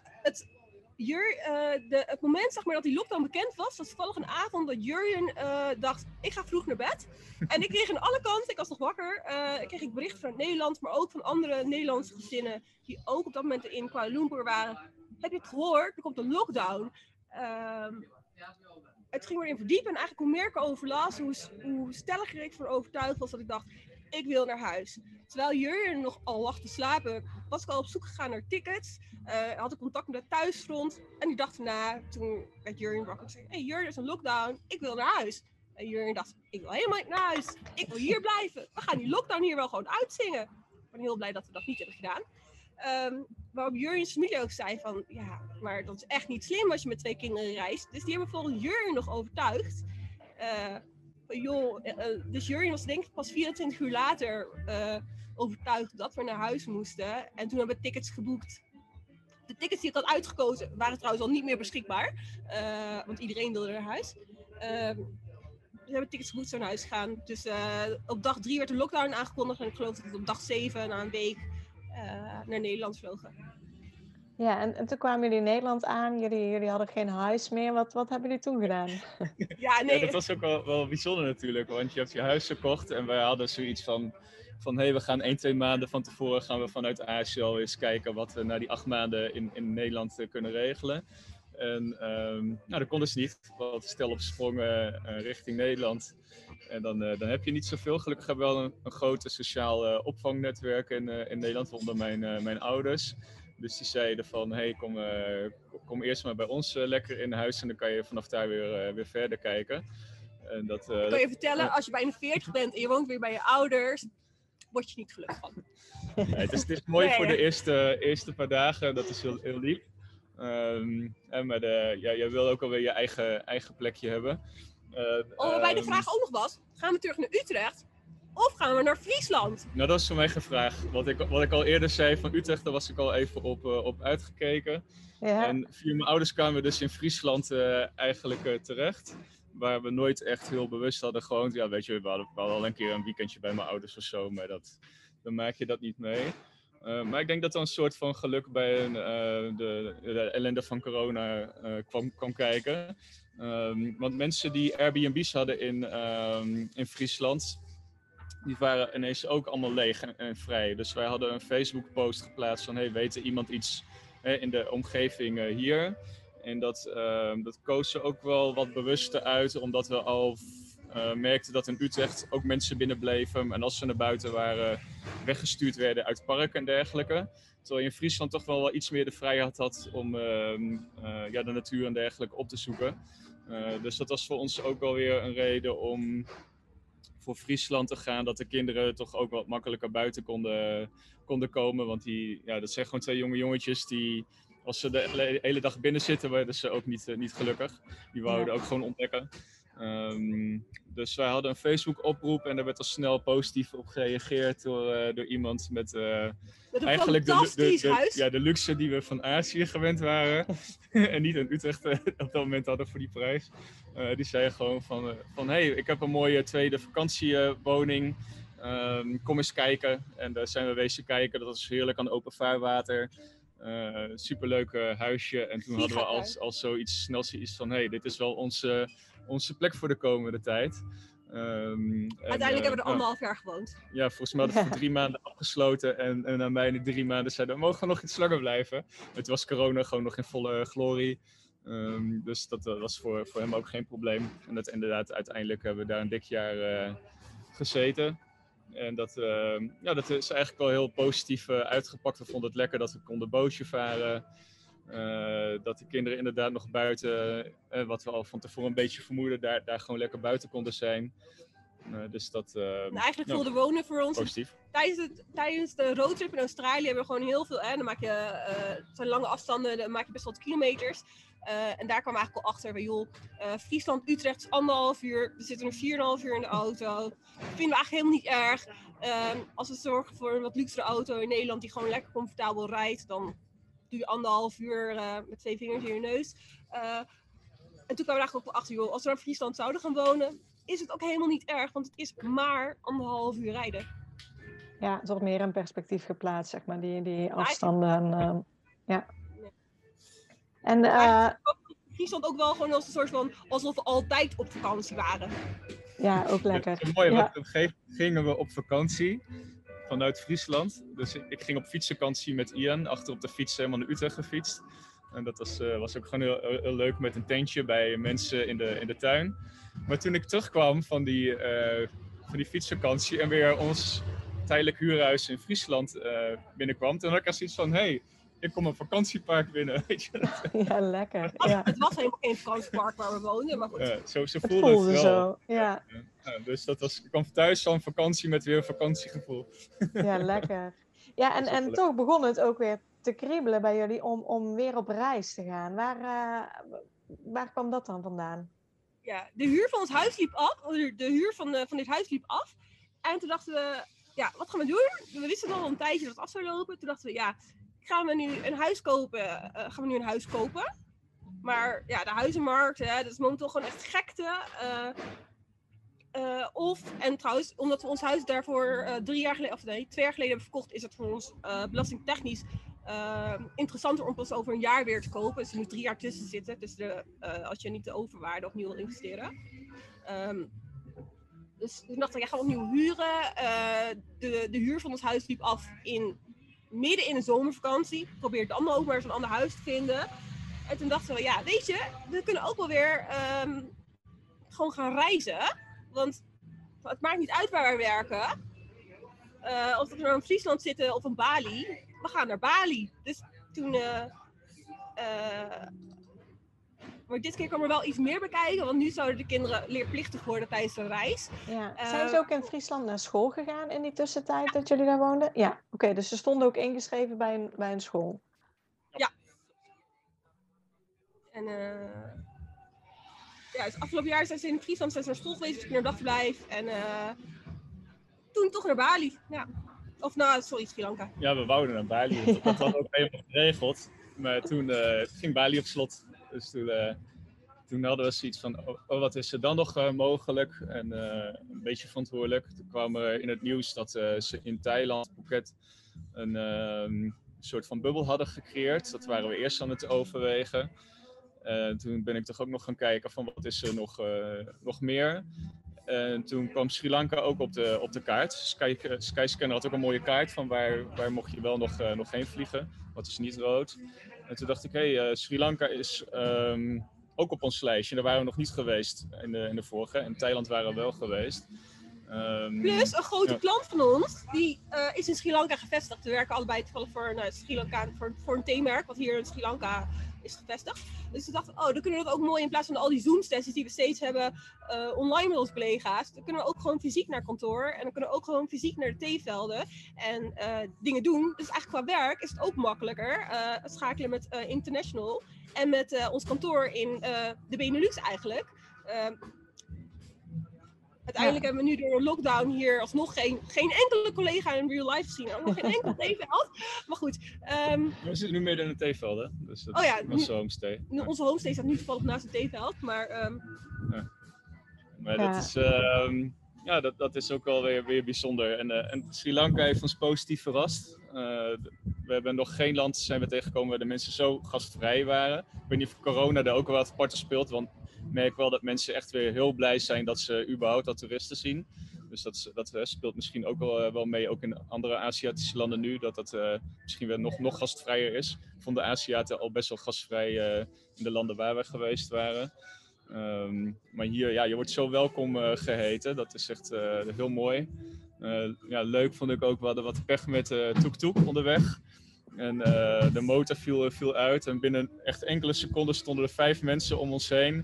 het moment zeg maar, dat die lockdown bekend was toevallig een avond dat Jurjen dacht, ik ga vroeg naar bed. En ik kreeg aan alle kanten, ik was nog wakker, kreeg ik berichten vanuit Nederland, maar ook van andere Nederlandse gezinnen die ook op dat moment in Kuala Lumpur waren. Heb je het gehoord? Er komt een lockdown. Het ging erin verdiepen en eigenlijk hoe meer ik erover las, hoe stelliger ik van overtuigd was dat ik dacht, ik wil naar huis. Terwijl Jurjen nog al lag te slapen, was ik al op zoek gegaan naar tickets. Had ik contact met het thuisfront. En die dag daarna, toen werd Jurjen wakker en zei, hey Jurjen, er is een lockdown, ik wil naar huis. En Jurjen dacht, ik wil helemaal niet naar huis. Ik wil hier blijven. We gaan die lockdown hier wel gewoon uitzingen. Ik ben heel blij dat we dat niet hebben gedaan. Waarop Jurjen's familie ook zei van, ja, maar dat is echt niet slim als je met 2 kinderen reist. Dus die hebben volgens Jurjen nog overtuigd. Dus Jurjen was denk ik pas 24 uur later overtuigd dat we naar huis moesten. En toen hebben we tickets geboekt. De tickets die ik had uitgekozen waren trouwens al niet meer beschikbaar. Want iedereen wilde naar huis. We hebben tickets geboekt naar huis gegaan. Dus op dag 3 werd de lockdown aangekondigd. En ik geloof dat we op dag 7 na een week naar Nederland vlogen. Ja, en toen kwamen jullie in Nederland aan. Jullie hadden geen huis meer. Wat hebben jullie toen gedaan? Ja, dat was ook wel bijzonder natuurlijk. Want je hebt je huis gekocht. En wij hadden zoiets van hey, we gaan 1-2 maanden van tevoren gaan we vanuit Azië al eens kijken wat we na die 8 maanden in Nederland kunnen regelen. En dat konden ze niet, want het stel op sprong richting Nederland. En dan heb je niet zoveel. Gelukkig hebben we wel een grote sociaal opvangnetwerk in Nederland, onder mijn ouders. Dus die zeiden van, hey, kom eerst maar bij ons lekker in huis en dan kan je vanaf daar weer verder kijken. En kan je vertellen, als je bijna 40 bent en je woont weer bij je ouders, word je niet gelukkig van. Nee, het is mooi voor de eerste paar dagen, dat is heel lief. Maar jij wil ook alweer je eigen plekje hebben. Waarbij de vraag ook nog was, gaan we terug naar Utrecht of gaan we naar Friesland? Nou, dat is voor mij geen vraag. Wat ik al eerder zei van Utrecht, daar was ik al even op uitgekeken. Ja. En via mijn ouders kwamen we dus in Friesland eigenlijk terecht. Waar we nooit echt heel bewust hadden gewoond. Ja, weet je, we hadden al een keer een weekendje bij mijn ouders of zo, maar dan maak je dat niet mee. Maar ik denk dat er een soort van geluk bij de ellende van corona kwam kijken. Want mensen die Airbnb's hadden in Friesland, die waren ineens ook allemaal leeg en vrij. Dus wij hadden een Facebook-post geplaatst van, hey, weet er iemand iets in de omgeving hier? En dat koos ze ook wel wat bewuster uit, omdat we al merkten dat in Utrecht ook mensen binnenbleven. En als ze naar buiten waren, weggestuurd werden uit parken en dergelijke. Terwijl je in Friesland toch wel iets meer de vrijheid had om de natuur en dergelijke op te zoeken. Dus dat was voor ons ook wel weer een reden om voor Friesland te gaan. Dat de kinderen toch ook wat makkelijker buiten konden komen. Want dat zijn gewoon 2 jonge jongetjes die, als ze de hele dag binnen zitten, werden ze ook niet gelukkig. Die wouden ook gewoon ontdekken. Dus wij hadden een Facebook-oproep en daar werd al snel positief op gereageerd door iemand met eigenlijk de luxe die we van Azië gewend waren. En niet in Utrecht op dat moment hadden voor die prijs. Die zei gewoon van hey, ik heb een mooie tweede vakantiewoning. Kom eens kijken. En daar zijn we wezen kijken. Dat was heerlijk aan open vaarwater. Superleuk huisje. En toen hadden we als zoiets snel zoiets van hey, dit is wel onze plek voor de komende tijd. Uiteindelijk hebben we er 1,5 jaar gewoond. Ja, volgens mij hadden we voor 3 maanden afgesloten. En na mij in de 3 maanden zeiden we mogen nog iets langer blijven. Het was corona gewoon nog in volle glorie. Dus dat was voor hem ook geen probleem. En dat inderdaad, uiteindelijk hebben we daar een dik jaar gezeten. En dat is eigenlijk wel heel positief uitgepakt. We vonden het lekker dat we konden bootje varen. Dat de kinderen inderdaad nog buiten, wat we al van tevoren een beetje vermoeden, daar gewoon lekker buiten konden zijn. Dus dat eigenlijk voelde wonen voor ons positief. Tijdens de roadtrip in Australië hebben we gewoon heel veel, dan maak je, het zijn lange afstanden, dan maak je best wel wat kilometers. En daar kwam eigenlijk al achter, joh, Friesland, Utrecht is 1,5 uur, we zitten nu 4,5 uur in de auto. Dat vinden we eigenlijk helemaal niet erg. Als we zorgen voor een wat luxere auto in Nederland die gewoon lekker comfortabel rijdt, dan doe je 1,5 uur met 2 vingers in je neus. En toen kwamen we eigenlijk ook wel achter, joh, als we naar Friesland zouden gaan wonen, is het ook helemaal niet erg, want het is maar 1,5 uur rijden. Ja, het wordt meer in perspectief geplaatst, zeg maar, die afstanden. Ja. En Friesland ook wel gewoon als een soort van, alsof we altijd op vakantie waren. Ja, ook lekker. Het is mooi, want op een gegeven moment gingen we op vakantie vanuit Friesland. Dus ik ging op fietsvakantie met Ian, achter op de fiets helemaal naar Utrecht gefietst. En dat was ook gewoon heel leuk met een tentje bij mensen in de tuin. Maar toen ik terugkwam van die fietsvakantie en weer ons tijdelijk huurhuis in Friesland binnenkwam, toen had ik zoiets van, hey, ik kom een vakantiepark binnen, weet je. Ja, lekker. Het was helemaal geen vakantiepark waar we woonden, maar goed. Ja, zo voelde het wel. Zo, ja. Dus ik kwam thuis van vakantie met weer een vakantiegevoel. Ja, lekker. Ja, en toch begon het ook weer te kriebelen bij jullie om weer op reis te gaan. Waar kwam dat dan vandaan? Ja, de huur van ons huis liep af. De huur van dit huis liep af. En toen dachten we, ja, wat gaan we doen? We wisten al een tijdje dat het af zou lopen. Toen dachten we, ja, gaan we nu een huis kopen? Maar ja, de huizenmarkt, dat is momenteel gewoon echt gekte. En trouwens, omdat we ons huis daarvoor 2 jaar geleden hebben verkocht, is het voor ons belastingtechnisch interessanter om pas over een jaar weer te kopen. Dus er moet 3 jaar tussen zitten. Dus als je niet de overwaarde opnieuw wil investeren. Dus toen dacht ik, gaan we opnieuw huren. De huur van ons huis liep af midden in de zomervakantie. Ik probeerde dan ook maar eens een ander huis te vinden. En toen dachten we, ja, weet je, we kunnen ook wel weer gewoon gaan reizen. Want het maakt niet uit waar we werken. Of dat we nou in Friesland zitten of in Bali. We gaan naar Bali. Dus toen... maar dit keer kwam er wel iets meer bekijken, want nu zouden de kinderen leerplichtig worden tijdens de reis. Ja. Zijn ze ook in Friesland naar school gegaan in die tussentijd dat jullie daar woonden? Ja, oké, dus ze stonden ook ingeschreven bij een school. Ja. En dus afgelopen jaar zijn ze in Friesland naar school geweest, naar dagverblijf. En toen toch naar Bali. Ja. Of Sri Lanka. Ja, we wouden naar Bali. Dat hadden we ook helemaal geregeld. Maar toen ging Bali op slot. Dus toen hadden we zoiets van, oh, wat is er dan nog mogelijk? En een beetje verantwoordelijk. Toen kwam er in het nieuws dat ze in Thailand, Phuket, een soort van bubbel hadden gecreëerd. Dat waren we eerst aan het overwegen. Toen ben ik toch ook nog gaan kijken van wat is er nog meer. En toen kwam Sri Lanka ook op de kaart. Skyscanner had ook een mooie kaart van waar mocht je wel nog heen vliegen. Wat is niet rood. En toen dacht ik, Sri Lanka is ook op ons lijstje. Daar waren we nog niet geweest in de vorige. En Thailand waren we wel geweest. Plus een grote klant van ons, die is in Sri Lanka gevestigd. We werken allebei toevallig voor Sri Lanka, voor een theemerk wat hier in Sri Lanka is gevestigd. Dus we dachten, dan kunnen we dat ook mooi in plaats van al die Zoom-sessies die we steeds hebben online met onze collega's. Dan kunnen we ook gewoon fysiek naar kantoor en dan kunnen we ook gewoon fysiek naar de theevelden en dingen doen. Dus eigenlijk qua werk is het ook makkelijker. Het schakelen met International en met ons kantoor in de Benelux eigenlijk. Uiteindelijk hebben we nu door de lockdown hier alsnog geen enkele collega in real life gezien. Ook nog geen enkel theeveld. Maar goed. We zitten nu midden in een theeveld, hè? Dus dat is onze homestay. Onze homestay staat nu toevallig naast een theeveld. Maar, dat is... dat is ook wel weer bijzonder. En Sri Lanka heeft ons positief verrast. We hebben nog geen land zijn we tegengekomen waar de mensen zo gastvrij waren. Ik weet niet of corona daar ook wel wat apart speelt, want ik merk wel dat mensen echt weer heel blij zijn dat ze überhaupt wat toeristen zien. Dus dat speelt misschien ook wel mee, ook in andere Aziatische landen nu, dat misschien weer nog gastvrijer is. Ik vond de Aziaten al best wel gastvrij in de landen waar we geweest waren. Maar hier, je wordt zo welkom geheten. Dat is echt heel mooi. Leuk vond ik ook, we hadden wat pech met tuk-tuk onderweg. En de motor viel uit. En binnen echt enkele seconden stonden er 5 mensen om ons heen.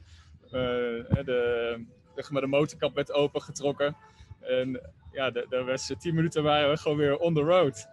De motorkap werd opengetrokken. En daar werd 10 minuten waren we gewoon weer on the road.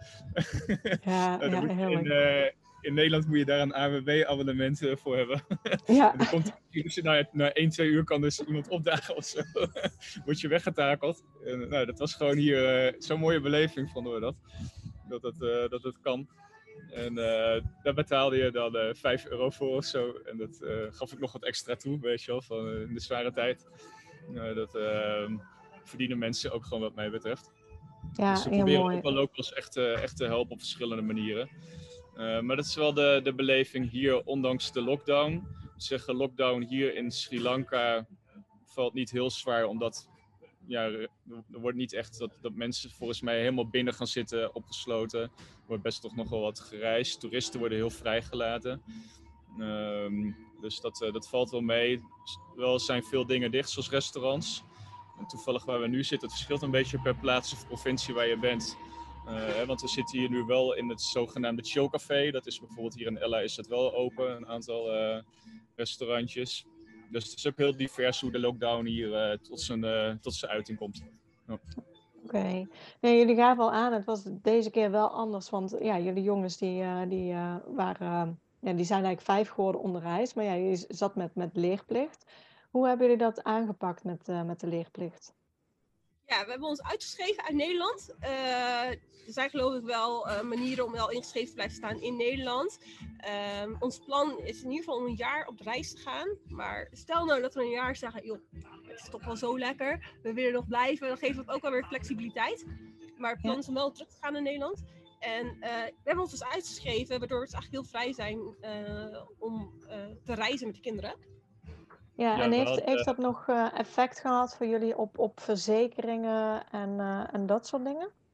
In Nederland moet je daar een ANWB-abonnement voor hebben. Ja. En dan komt dus na 1-2 uur kan dus iemand opdagen of zo. Word je weggetakeld. En, dat was gewoon hier zo'n mooie beleving, vonden we dat het kan. En daar betaalde je dan €5 voor of zo. En dat gaf ik nog wat extra toe, weet je wel, van in de zware tijd. Dat verdienen mensen ook gewoon wat mij betreft. Ja, dus we proberen ook wel locals echt te helpen op verschillende manieren. Maar dat is wel de beleving hier, ondanks de lockdown. We zeggen lockdown hier in Sri Lanka valt niet heel zwaar, omdat er wordt niet echt dat mensen volgens mij helemaal binnen gaan zitten, opgesloten. Er wordt best toch nog wel wat gereisd. Toeristen worden heel vrijgelaten. Dus dat valt wel mee. Wel zijn veel dingen dicht, zoals restaurants. En toevallig waar we nu zitten, het verschilt een beetje per plaats of provincie waar je bent. Want we zitten hier nu wel in het zogenaamde chillcafé. Dat is bijvoorbeeld hier in Ella is dat wel open, een aantal restaurantjes. Dus het is ook heel divers hoe de lockdown hier tot zijn uiting komt. Ja. Oké. Nee, jullie gaven al aan, het was deze keer wel anders. Want jullie jongens die waren, die zijn eigenlijk 5 geworden onder reis. Maar je zat met leerplicht. Hoe hebben jullie dat aangepakt met de leerplicht? Ja, we hebben ons uitgeschreven uit Nederland. Er zijn geloof ik wel manieren om wel ingeschreven te blijven staan in Nederland. Ons plan is in ieder geval om een jaar op reis te gaan. Maar stel nou dat we een jaar zeggen, joh, het is toch wel zo lekker. We willen nog blijven. Dan geeft dat ook wel weer flexibiliteit. Maar het plan is om wel terug te gaan in Nederland. En we hebben ons dus uitgeschreven, waardoor we dus eigenlijk heel vrij zijn om te reizen met de kinderen. Ja, en heeft dat nog effect gehad voor jullie op verzekeringen en dat soort dingen?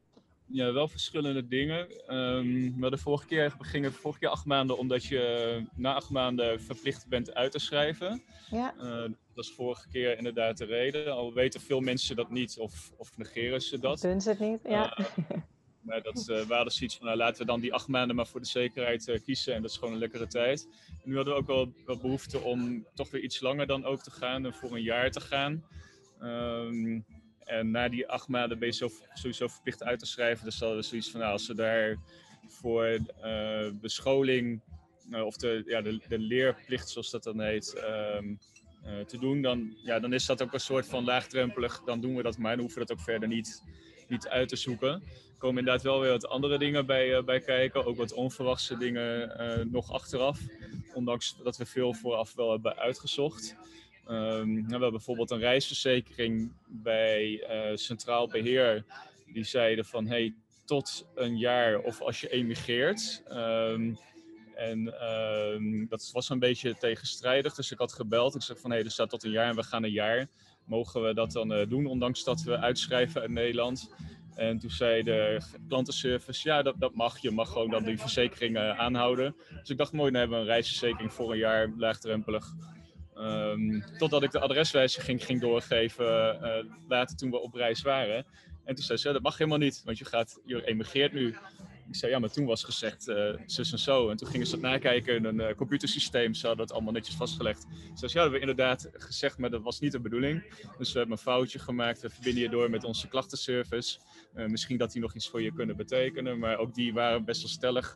Ja, wel verschillende dingen. We hadden vorige keer 8 maanden omdat je na 8 maanden verplicht bent uit te schrijven. Ja. Dat is vorige keer inderdaad de reden. Al weten veel mensen dat niet of negeren ze dat. Doen ze het niet? Ja. Maar we hadden zoiets van, laten we dan die 8 maanden maar voor de zekerheid kiezen. En dat is gewoon een lekkere tijd. En nu hadden we ook wel behoefte om toch weer iets langer dan ook te gaan. En voor een jaar te gaan. En na die 8 maanden ben je sowieso verplicht uit te schrijven. Dus hadden we zoiets van, als we daar voor de scholing of de leerplicht, zoals dat dan heet, te doen, dan is dat ook een soort van laagdrempelig. Dan doen we dat maar, dan hoeven we dat ook verder niet uit te zoeken. Er komen inderdaad wel weer wat andere dingen bij kijken. Ook wat onverwachte dingen nog achteraf. Ondanks dat we veel vooraf wel hebben uitgezocht. We hebben bijvoorbeeld een reisverzekering bij Centraal Beheer. Die zeiden van, hey, tot een jaar of als je emigreert. Dat was een beetje tegenstrijdig. Dus ik had gebeld. Ik zeg van, hey, er staat tot een jaar en we gaan een jaar. Mogen we dat dan doen, ondanks dat we uitschrijven uit Nederland? En toen zei de klantenservice, ja, dat mag. Je mag gewoon dan die verzekering aanhouden. Dus ik dacht, mooi, dan hebben we een reisverzekering voor een jaar, laagdrempelig. Totdat ik de adreswijziging ging doorgeven later toen we op reis waren. En toen zei ze, dat mag helemaal niet, want je emigreert nu. Ik zei, ja, maar toen was gezegd zus en zo. En toen gingen ze dat nakijken in een computersysteem. Ze hadden het allemaal netjes vastgelegd. Ze zei, ja, dat hebben we inderdaad gezegd, maar dat was niet de bedoeling. Dus we hebben een foutje gemaakt. We verbinden je door met onze klachtenservice. Misschien dat die nog iets voor je kunnen betekenen. Maar ook die waren best wel stellig.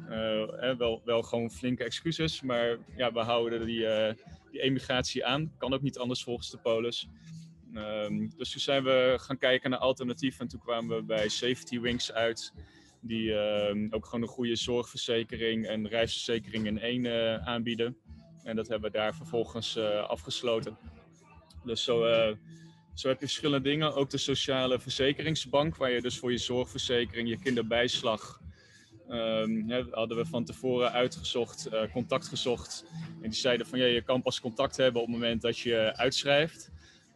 Wel gewoon flinke excuses. Maar ja, we houden die emigratie aan. Kan ook niet anders volgens de polis. Dus toen zijn we gaan kijken naar alternatieven. En toen kwamen we bij Safety Wings uit. Die ook gewoon een goede zorgverzekering en reisverzekering in één aanbieden. En dat hebben we daar vervolgens afgesloten. Dus zo heb je verschillende dingen. Ook de Sociale Verzekeringsbank, waar je dus voor je zorgverzekering, je kinderbijslag, hadden we van tevoren uitgezocht, contact gezocht. En die zeiden van, ja, je kan pas contact hebben op het moment dat je uitschrijft.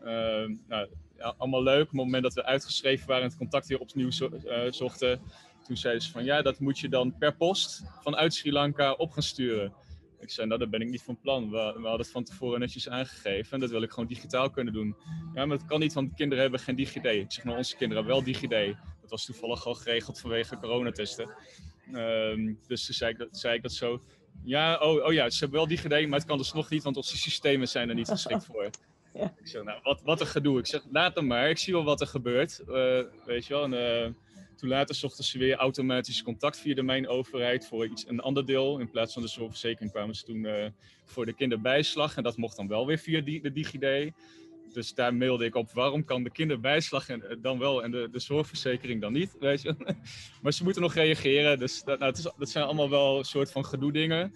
Allemaal leuk. Op het moment dat we uitgeschreven waren en het contact weer opnieuw zochten, toen zeiden ze van, ja, dat moet je dan per post vanuit Sri Lanka op gaan sturen. Ik zei, nou, dat ben ik niet van plan. We hadden het van tevoren netjes aangegeven en dat wil ik gewoon digitaal kunnen doen. Ja, maar dat kan niet, want de kinderen hebben geen DigiD. Ik zeg, nou, onze kinderen hebben wel DigiD. Dat was toevallig al geregeld vanwege coronatesten. Dus toen zei ik dat zo. Ja, oh ja, ze hebben wel DigiD, maar het kan dus nog niet, want onze systemen zijn er niet geschikt voor. Ja. Ik zeg, nou, wat een gedoe. Ik zeg, laat hem maar. Ik zie wel wat er gebeurt. Weet je wel. En toen later zochten ze weer automatisch contact via de Mijn-overheid voor een ander deel. In plaats van de zorgverzekering kwamen ze toen voor de kinderbijslag. En dat mocht dan wel weer via de DigiD. Dus daar mailde ik op, waarom kan de kinderbijslag dan wel en de zorgverzekering dan niet, weet je. Maar ze moeten nog reageren, dus dat zijn allemaal wel een soort van gedoe dingen.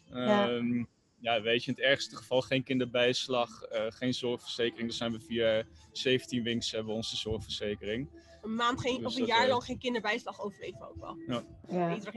Ja, weet je, in het ergste geval geen kinderbijslag, geen zorgverzekering. Dan zijn we via 17 Wings hebben we onze zorgverzekering. Een maand dus of een jaar lang geen kinderbijslag overleven ook wel. Ja. Het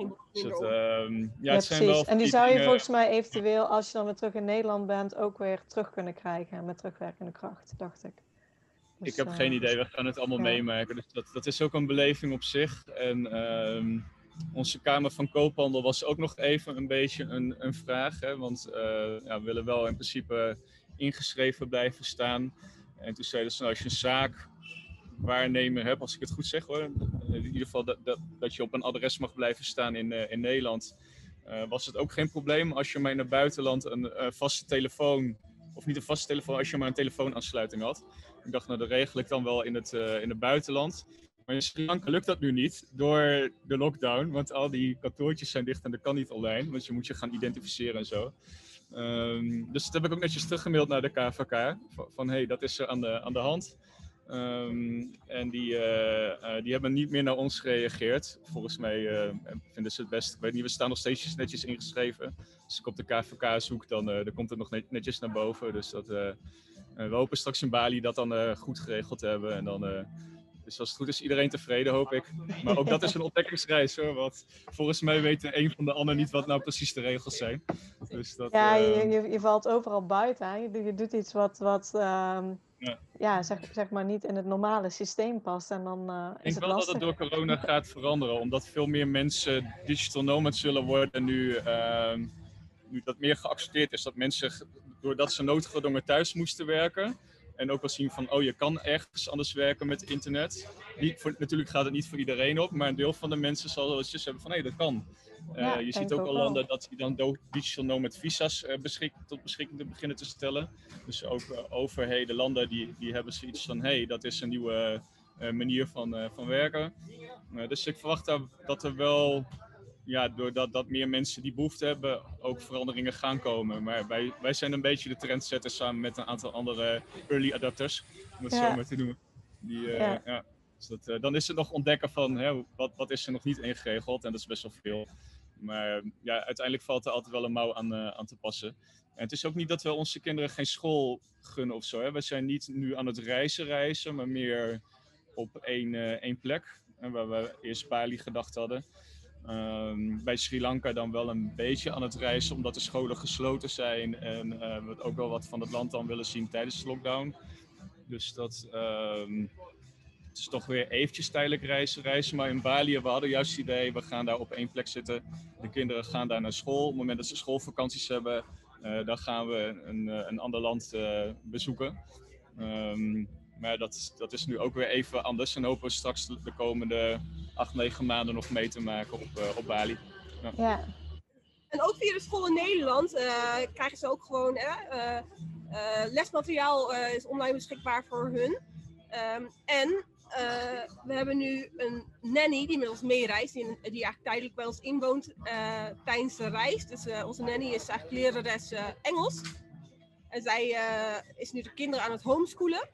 zijn wel en die zou je volgens mij eventueel, als je dan weer terug in Nederland bent, ook weer terug kunnen krijgen met terugwerkende kracht, dacht ik. Dus, ik heb geen idee, we gaan het allemaal meemaken. Dus dat is ook een beleving op zich. En onze Kamer van Koophandel was ook nog even een beetje een vraag. Hè? Want we willen wel in principe ingeschreven blijven staan. En toen zeiden ze, nou, als je een zaakwaarnemer hebt, als ik het goed zeg hoor. In ieder geval dat je op een adres mag blijven staan in Nederland. Was het ook geen probleem als je maar in het buitenland een vaste telefoon, of niet een vaste telefoon, als je maar een telefoonaansluiting had. Ik dacht, nou, dat regel ik dan wel in het buitenland. Maar in Sri Lanka lukt dat nu niet door de lockdown, want al die kantoortjes zijn dicht en dat kan niet online, want je moet je gaan identificeren en zo. Dus dat heb ik ook netjes teruggemaild naar de KVK, van hey, dat is er aan de hand. En die hebben niet meer naar ons gereageerd. Volgens mij vinden ze het best. Ik weet niet, we staan nog steeds netjes ingeschreven. Als ik op de KVK zoek, dan komt het nog netjes naar boven. Dus we hopen straks in Bali dat dan goed geregeld te hebben. En dan... Dus als het goed is, iedereen tevreden, hoop ik. Maar ook dat is een ontdekkingsreis, hoor. Want volgens mij weet de een van de ander niet wat nou precies de regels zijn. Dus dat, ja, je valt overal buiten. Hè? Je doet iets wat zeg maar niet in het normale systeem past. En dan Ik is denk het wel dat lastig. het door corona gaat veranderen, omdat veel meer mensen digital nomads zullen worden nu dat meer geaccepteerd is. Dat mensen, doordat ze noodgedwongen thuis moesten werken, en ook wel zien van, je kan ergens anders werken met internet. Natuurlijk gaat het niet voor iedereen op, maar een deel van de mensen zal wel eens hebben van, dat kan. Je ziet ook al landen dat die dan digital nomad visa's tot beschikking beginnen te stellen. Dus ook overheden, landen, die hebben zoiets van, dat is een nieuwe manier van werken. Dus ik verwacht dat er wel, doordat meer mensen die behoefte hebben, ook veranderingen gaan komen. Maar wij zijn een beetje de trendsetters samen met een aantal andere early adapters, om het zo maar te noemen. Dus dan is het nog ontdekken van wat is er nog niet ingeregeld, en dat is best wel veel. Maar uiteindelijk valt er altijd wel een mouw aan te passen. En het is ook niet dat we onze kinderen geen school gunnen of zo. We zijn niet nu aan het reizen, maar meer op één plek. Waar we eerst Bali gedacht hadden. Bij Sri Lanka dan wel een beetje aan het reizen, omdat de scholen gesloten zijn. En we ook wel wat van het land dan willen zien tijdens de lockdown. Dus dat... Het is toch weer eventjes tijdelijk reizen. Maar in Bali, we hadden juist het idee, we gaan daar op één plek zitten. De kinderen gaan daar naar school. Op het moment dat ze schoolvakanties hebben, dan gaan we een ander land bezoeken. Maar dat is nu ook weer even anders. En hopen we straks de komende 8-9 maanden nog mee te maken op Bali. Ja. En ook via de school in Nederland krijgen ze ook gewoon lesmateriaal is online beschikbaar voor hun. En we hebben nu een nanny die met ons meereist, die eigenlijk tijdelijk bij ons inwoont tijdens de reis. Dus onze nanny is eigenlijk lerares Engels. En zij is nu de kinderen aan het homeschoolen.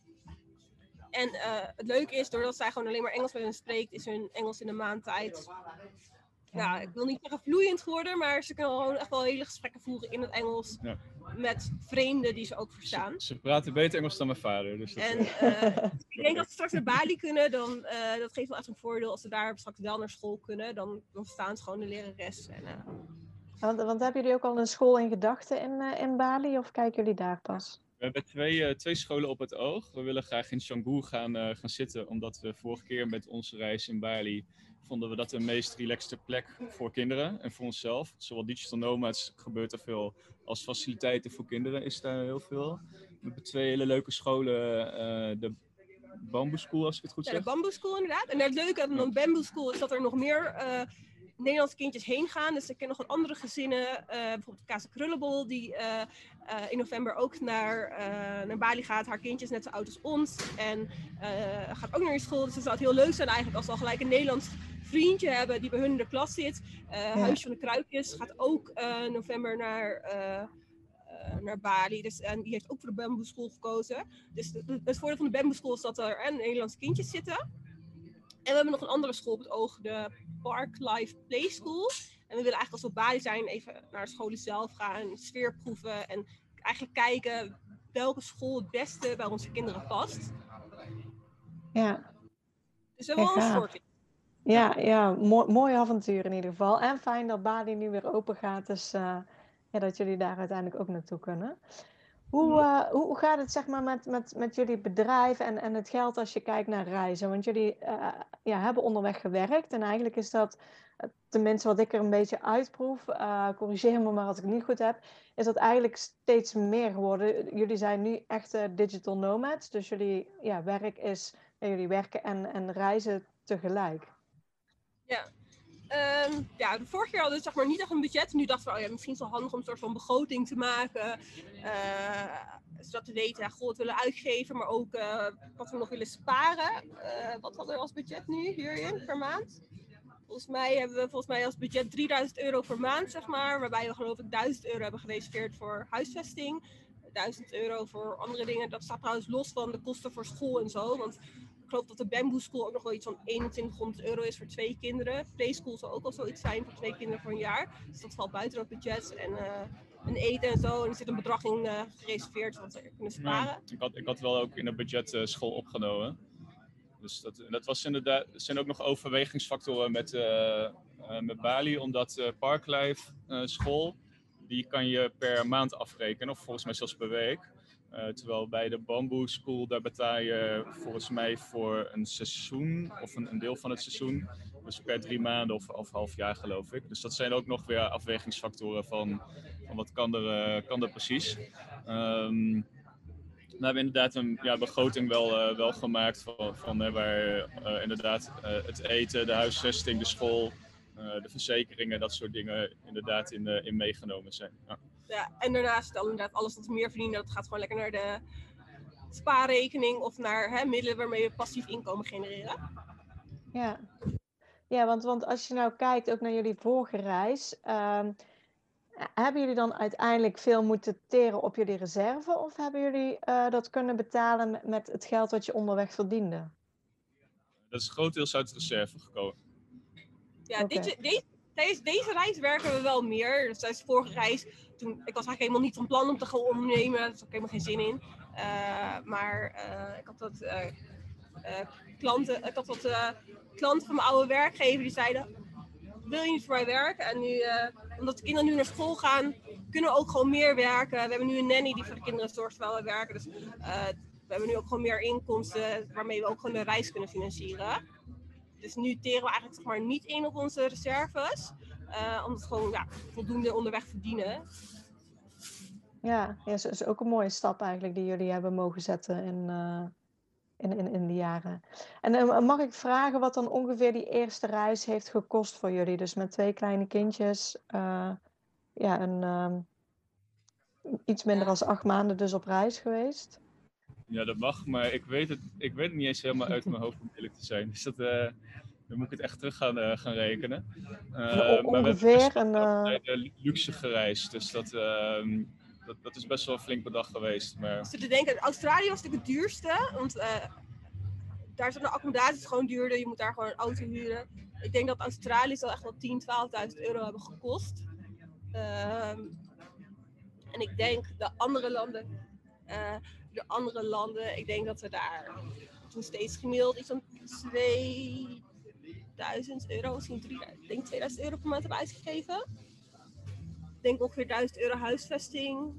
En het leuke is, doordat zij gewoon alleen maar Engels met hen spreekt, is hun Engels in een maand tijd... Ja, ik wil niet zeggen vloeiend worden, maar ze kunnen gewoon echt wel hele gesprekken voeren in het Engels. Ja. Met vreemden die ze ook verstaan. Ze praten beter Engels dan mijn vader. Dus dat ik denk dat ze straks naar Bali kunnen, dan dat geeft wel echt een voordeel. Als ze daar straks wel naar school kunnen, dan staan ze gewoon de lerares. Want hebben jullie ook al een school in gedachten in Bali, of kijken jullie daar pas? We hebben twee scholen op het oog. We willen graag in Canggu gaan zitten, omdat we vorige keer met onze reis in Bali vonden we dat de meest relaxte plek voor kinderen en voor onszelf. Zowel digital nomads gebeurt er veel, als faciliteiten voor kinderen is daar heel veel. We hebben 2 hele leuke scholen, de Bamboo School, als ik het goed zeg. Ja, de Bamboo School inderdaad. En het leuke aan de Bamboo School is dat er nog meer Nederlandse kindjes heen gaan. Dus ik ken nog wat andere gezinnen, bijvoorbeeld Kaze Krullenbol, die in november ook naar Bali gaat. Haar kindje is net zo oud als ons en gaat ook naar die school. Dus het zou het heel leuk zijn eigenlijk als we al gelijk een Nederlands vriendje hebben die bij hun in de klas zit. Huisje van de Kruikjes gaat ook november naar Bali. Dus, en die heeft ook voor de Bamboo School gekozen. Dus het voordeel van de Bamboo School is dat er Nederlandse kindjes zitten. En we hebben nog een andere school op het oog, de Park Life Play School. En we willen eigenlijk als we op Bali zijn even naar de scholen zelf gaan, sfeer proeven en eigenlijk kijken welke school het beste bij onze kinderen past. Ja. Dus we hebben wel een soort. Ja, mooi avontuur in ieder geval. En fijn dat Bali nu weer open gaat, dus dat jullie daar uiteindelijk ook naartoe kunnen. Hoe gaat het zeg maar met jullie bedrijf en het geld als je kijkt naar reizen? Want jullie hebben onderweg gewerkt en eigenlijk is dat, tenminste wat ik er een beetje uitproef, corrigeer me maar als ik het niet goed heb, is dat eigenlijk steeds meer geworden. Jullie zijn nu echte digital nomads, dus jullie werk is, jullie werken en reizen tegelijk. Ja. Vorig jaar hadden we zeg maar niet echt een budget. Nu dachten we, misschien is het wel handig om een soort van begroting te maken. Zodat we weten, wat we willen uitgeven, maar ook wat we nog willen sparen. Wat hadden we als budget nu hierin per maand? Volgens mij hebben we als budget €3000 per maand, zeg maar. Waarbij we geloof ik €1000 hebben gereserveerd voor huisvesting. €1000 voor andere dingen. Dat staat trouwens los van de kosten voor school en zo. Want ik geloof dat de Bamboo School ook nog wel iets van €2100 is voor 2 kinderen. Playschool zal ook al zoiets zijn voor 2 kinderen voor een jaar. Dus dat valt buiten dat budget. En eten en zo. En er zit een bedrag in gereserveerd wat we kunnen sparen. Ja, ik had wel ook in het budget school opgenomen. Dus dat was inderdaad. Er zijn ook nog overwegingsfactoren met Bali. Omdat Parklife school, die kan je per maand afrekenen. Of volgens mij zelfs per week. Terwijl bij de Bamboo School, daar betaal je volgens mij voor een seizoen of een deel van het seizoen. Dus per 3 maanden of half jaar geloof ik. Dus dat zijn ook nog weer afwegingsfactoren van wat kan er precies. We hebben inderdaad een begroting wel gemaakt van waar inderdaad het eten, de huisvesting, de school, de verzekeringen, dat soort dingen inderdaad in meegenomen zijn. Ja. Ja, en daarnaast dan inderdaad alles wat we meer verdienen, dat gaat gewoon lekker naar de spaarrekening of naar middelen waarmee we passief inkomen genereren. Ja, want als je nou kijkt ook naar jullie vorige reis, hebben jullie dan uiteindelijk veel moeten teren op jullie reserve of hebben jullie dat kunnen betalen met het geld wat je onderweg verdiende? Dat is grotendeels uit de reserve gekomen. Ja, Oké. tijdens deze reis werken we wel meer. Dus tijdens de vorige reis, ik was eigenlijk helemaal niet van plan om te gaan ondernemen. Daar had ik helemaal geen zin in. Maar ik had wat klanten van mijn oude werkgever die zeiden, wil je niet voor mij werken? En nu, omdat de kinderen nu naar school gaan, kunnen we ook gewoon meer werken. We hebben nu een nanny die voor de kinderen zorgt terwijl we werken. Dus we hebben nu ook gewoon meer inkomsten waarmee we ook gewoon de reis kunnen financieren. Dus nu teren we eigenlijk zeg maar niet in op onze reserves. Omdat we gewoon voldoende onderweg verdienen. Ja, dat is ook een mooie stap eigenlijk die jullie hebben mogen zetten in die jaren. En mag ik vragen wat dan ongeveer die eerste reis heeft gekost voor jullie? Dus met 2 kleine kindjes, iets minder dan 8 maanden dus op reis geweest. Ja, dat mag, maar ik weet het niet eens helemaal uit mijn hoofd om eerlijk te zijn. Dus dan moet ik het echt terug gaan rekenen. Maar we hebben een luxe gereisd, dus dat is best wel een flink bedrag geweest. Maar... Dus te denken, Australië was natuurlijk het duurste, want daar zijn de accommodaties gewoon duurder. Je moet daar gewoon een auto huren. Ik denk dat Australië zal echt wel 10.000, 12.000 euro hebben gekost. En ik denk de andere landen, ik denk dat we daar toen steeds gemiddeld iets van 2.000 euro, misschien 3.000, ik denk 2.000 euro per maand hebben uitgegeven. Ik denk ongeveer 1.000 euro huisvesting.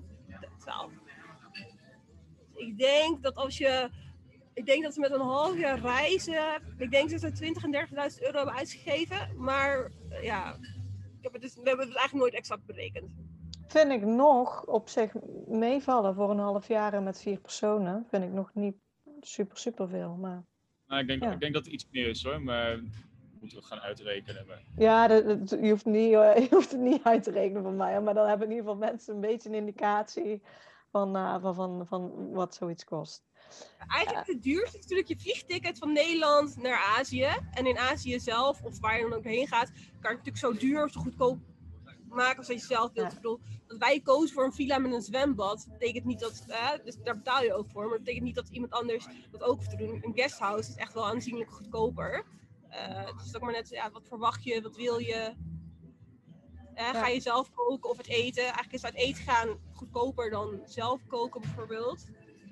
Ik denk dat we met een half jaar reizen, ik denk dat we 20.000 en 30.000 euro hebben uitgegeven. Maar ja, we hebben het eigenlijk nooit exact berekend. Vind ik nog op zich meevallen voor een half jaar en met 4 personen. Vind ik nog niet super veel. Maar... Nou, ik denk dat het iets meer is hoor, maar moeten we gaan uitrekenen. Maar... Ja, je hoeft het niet uit te rekenen van mij. Maar dan hebben in ieder geval mensen een beetje een indicatie van wat zoiets kost. Eigenlijk het duurste is natuurlijk je vliegticket van Nederland naar Azië. En in Azië zelf, of waar je dan ook heen gaat, kan je het natuurlijk zo duur of zo goedkoop maken als je zelf wilt. Ja. Ik bedoel, dat wij kozen voor een villa met een zwembad, betekent niet dat, dus daar betaal je ook voor, maar dat betekent niet dat iemand anders dat ook hoeft te doen. Een guesthouse is echt wel aanzienlijk goedkoper. Dus ook maar net, wat verwacht je, wat wil je? Ga je zelf koken of het eten? Eigenlijk is het eten gaan goedkoper dan zelf koken bijvoorbeeld.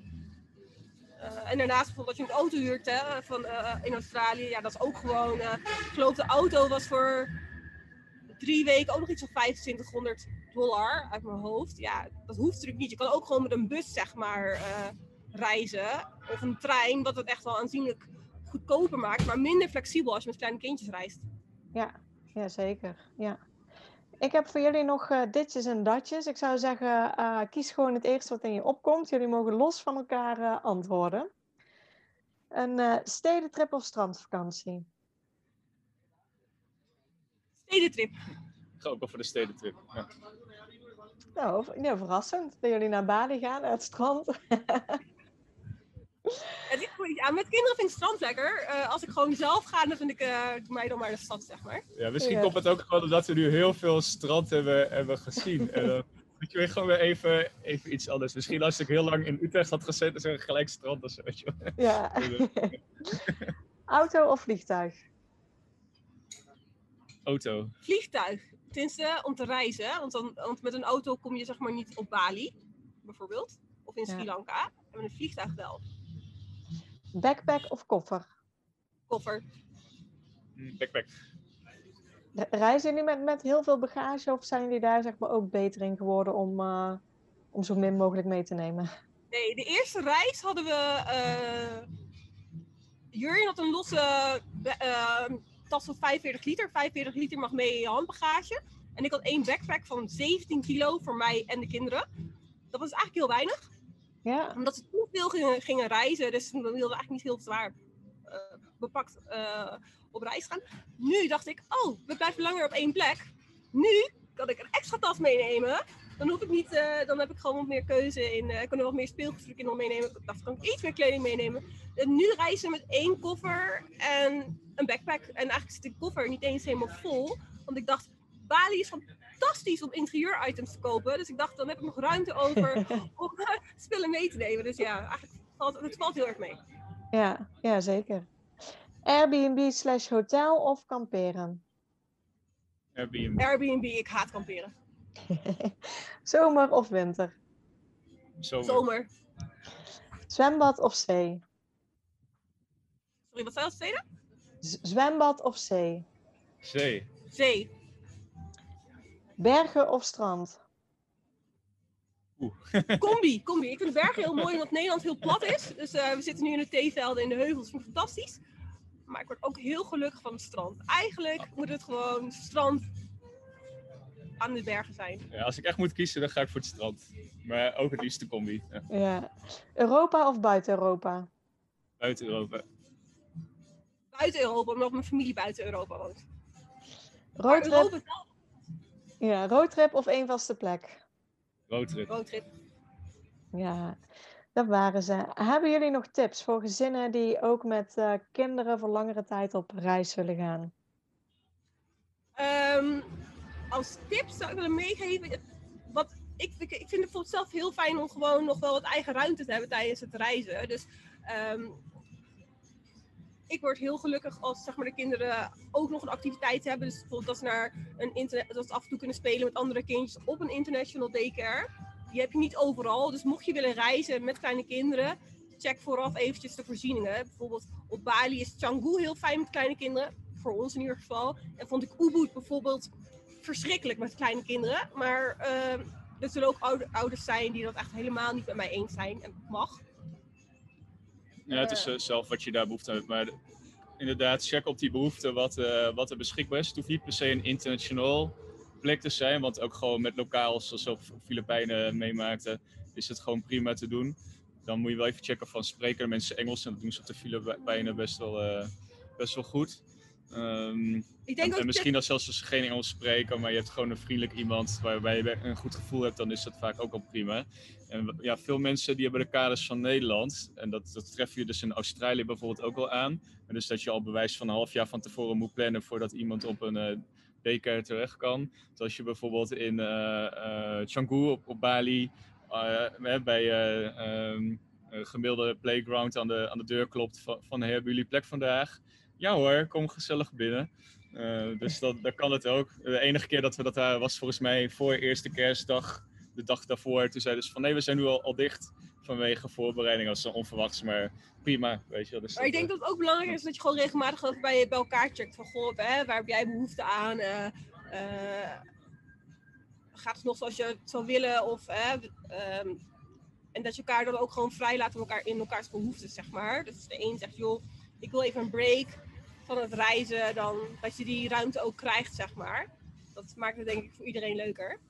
En daarnaast bijvoorbeeld als je een auto huurt in Australië, dat is ook gewoon, ik geloof de auto was voor 3 weken ook nog iets van $2,500 uit mijn hoofd. Ja, dat hoeft natuurlijk niet. Je kan ook gewoon met een bus zeg maar reizen of een trein, wat het echt wel aanzienlijk goedkoper maakt, maar minder flexibel als je met kleine kindjes reist. Ja, zeker. Ja. Ik heb voor jullie nog ditjes en datjes. Ik zou zeggen, kies gewoon het eerste wat in je opkomt. Jullie mogen los van elkaar antwoorden. Een stedentrip of strandvakantie? Stedentrip. Ik ga ook wel voor de stedentrip. Ja. Nou, verrassend dat jullie naar Bali gaan, naar het strand. Het ligt gewoon niet aan. Met kinderen vind ik het strand lekker. Als ik gewoon zelf ga, dan vind ik mij dan maar de stad, zeg maar. Ja, misschien komt het ook gewoon omdat we nu heel veel strand hebben gezien. En dan moet je weer gewoon weer even iets anders. Misschien als ik heel lang in Utrecht had gezeten, dan zeg ik gelijk strand of zo. Weet je wel. Ja. Auto of vliegtuig? Auto. Vliegtuig. Tenminste, om te reizen. Want met een auto kom je zeg maar niet op Bali, bijvoorbeeld. Of in Sri Lanka. En met een vliegtuig wel. Backpack of koffer? Koffer. Backpack. Reizen jullie met heel veel bagage of zijn jullie daar zeg maar ook beter in geworden om zo min mogelijk mee te nemen? Nee, de eerste reis hadden we... Jurjen had een losse tas van 45 liter. 45 liter mag mee in je handbagage. En ik had 1 backpack van 17 kilo voor mij en de kinderen. Dat was eigenlijk heel weinig. Ja. Omdat ze toen veel gingen reizen. Dus we wilden eigenlijk niet heel zwaar bepakt op reis gaan. Nu dacht ik, we blijven langer op 1 plek. Nu kan ik een extra tas meenemen. Dan hoef ik niet, dan heb ik gewoon wat meer keuze in. Ik kan er wat meer speelgoed nog meenemen. Ik dacht, kan ik iets meer kleding meenemen. En nu reizen met 1 koffer en een backpack. En eigenlijk zit de koffer niet eens helemaal vol. Want ik dacht, Bali is fantastisch om interieuritems te kopen. Dus ik dacht, dan heb ik nog ruimte over om spullen mee te nemen. Dus ja, eigenlijk het valt heel erg mee. Ja, zeker. Airbnb/hotel of kamperen? Airbnb, ik haat kamperen. Zomer of winter? Zomer. Zwembad of zee? Sorry, wat zei dat tweede? Zwembad of zee? Zee. Bergen of strand? Combi. Ik vind de bergen heel mooi omdat Nederland heel plat is. Dus we zitten nu in de theevelden in de heuvels. Vind ik fantastisch. Maar ik word ook heel gelukkig van het strand. Eigenlijk moet het gewoon strand aan de bergen zijn. Ja, als ik echt moet kiezen, dan ga ik voor het strand. Maar ook het liefst de combi. Ja. Europa of buiten Europa? Buiten Europa. Buiten Europa, omdat mijn familie buiten Europa woont. Roadtrip of één vaste plek? Roadtrip. Ja, dat waren ze. Hebben jullie nog tips voor gezinnen die ook met kinderen voor langere tijd op reis willen gaan? Als tips zou ik willen meegeven. Ik vind het bijvoorbeeld zelf heel fijn om gewoon nog wel wat eigen ruimte te hebben tijdens het reizen. Dus ik word heel gelukkig als zeg maar, de kinderen ook nog een activiteit hebben. Dus bijvoorbeeld dat ze af en toe kunnen spelen met andere kindjes op een international daycare. Die heb je niet overal. Dus mocht je willen reizen met kleine kinderen, check vooraf eventjes de voorzieningen. Bijvoorbeeld op Bali is Canggu heel fijn met kleine kinderen. Voor ons in ieder geval. En vond ik Ubud bijvoorbeeld verschrikkelijk met kleine kinderen. Maar er zullen ook ouders zijn die dat echt helemaal niet met mij eens zijn. En dat mag. Ja, het is zelf wat je daar behoefte aan hebt. Maar inderdaad, check op die behoeften wat er beschikbaar is. Het hoeft niet per se een international plek te zijn. Want ook gewoon met lokaals, zoals we op Filipijnen meemaakten, is het gewoon prima te doen. Dan moet je wel even checken van spreken de mensen Engels. En dat doen ze op de Filipijnen best wel goed. En misschien dat zelfs als ze geen Engels spreken, maar je hebt gewoon een vriendelijk iemand waarbij je een goed gevoel hebt, dan is dat vaak ook al prima. En ja, veel mensen die hebben de kaders van Nederland. En dat tref je dus in Australië bijvoorbeeld ook al aan. En dus dat je al bewijs van een half jaar van tevoren moet plannen voordat iemand op een daycare terecht kan. Dus als je bijvoorbeeld in Canggu op Bali bij gemiddelde playground aan de deur klopt van hey, hebben jullie plek vandaag? Ja hoor, kom gezellig binnen. Dus dan kan het ook. De enige keer dat we dat daar was volgens mij voor eerste kerstdag, de dag daarvoor. Toen zeiden ze van nee, we zijn nu al dicht vanwege voorbereiding als onverwachts, maar prima, weet je wel. Dus maar ik denk dat het ook belangrijk is dat je gewoon regelmatig bij elkaar checkt van goh, waar heb jij behoefte aan? Gaat het nog zoals je het zou willen? En dat je elkaar dan ook gewoon vrij laat in elkaars behoeften, zeg maar. Dus als de een zegt, joh, ik wil even een break van het reizen, dan dat je die ruimte ook krijgt, zeg maar. Dat maakt het denk ik voor iedereen leuker.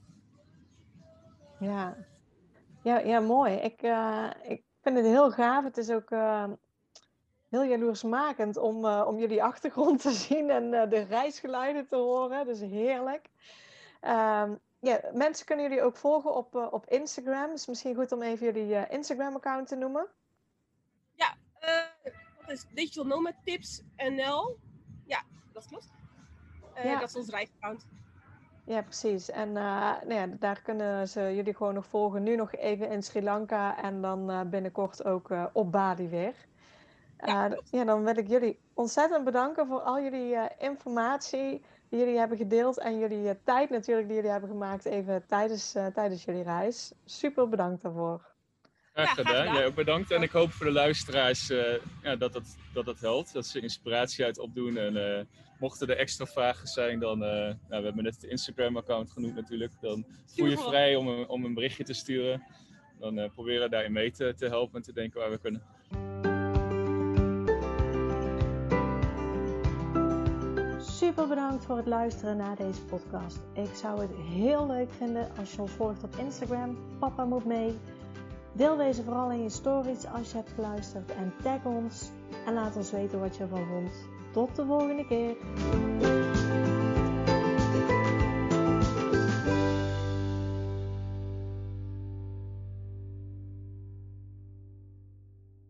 Ja, mooi. Ik vind het heel gaaf. Het is ook heel jaloersmakend om jullie achtergrond te zien en de reisgeluiden te horen. Dus heerlijk. Mensen kunnen jullie ook volgen op Instagram. Dus misschien goed om even jullie Instagram-account te noemen. Ja, dat is Digital Nomad Tips NL. Ja, dat klopt. Dat is ons reisaccount. Ja, precies. En daar kunnen ze jullie gewoon nog volgen. Nu nog even in Sri Lanka en dan binnenkort ook op Bali weer. Dan wil ik jullie ontzettend bedanken voor al jullie informatie die jullie hebben gedeeld. En jullie tijd natuurlijk die jullie hebben gemaakt even tijdens jullie reis. Super bedankt daarvoor. Graag gedaan. Jij ook bedankt. En ik hoop voor de luisteraars dat dat helpt. Dat ze inspiratie uit opdoen. En mochten er extra vragen zijn, dan... we hebben net het Instagram-account genoemd natuurlijk. Dan voel je vrij om een berichtje te sturen. dan proberen we daarin mee te helpen en te denken waar we kunnen. Super bedankt voor het luisteren naar deze podcast. Ik zou het heel leuk vinden als je ons volgt op Instagram. Papa moet mee. Deel deze vooral in je stories als je hebt geluisterd en tag ons. En laat ons weten wat je ervan vond. Tot de volgende keer.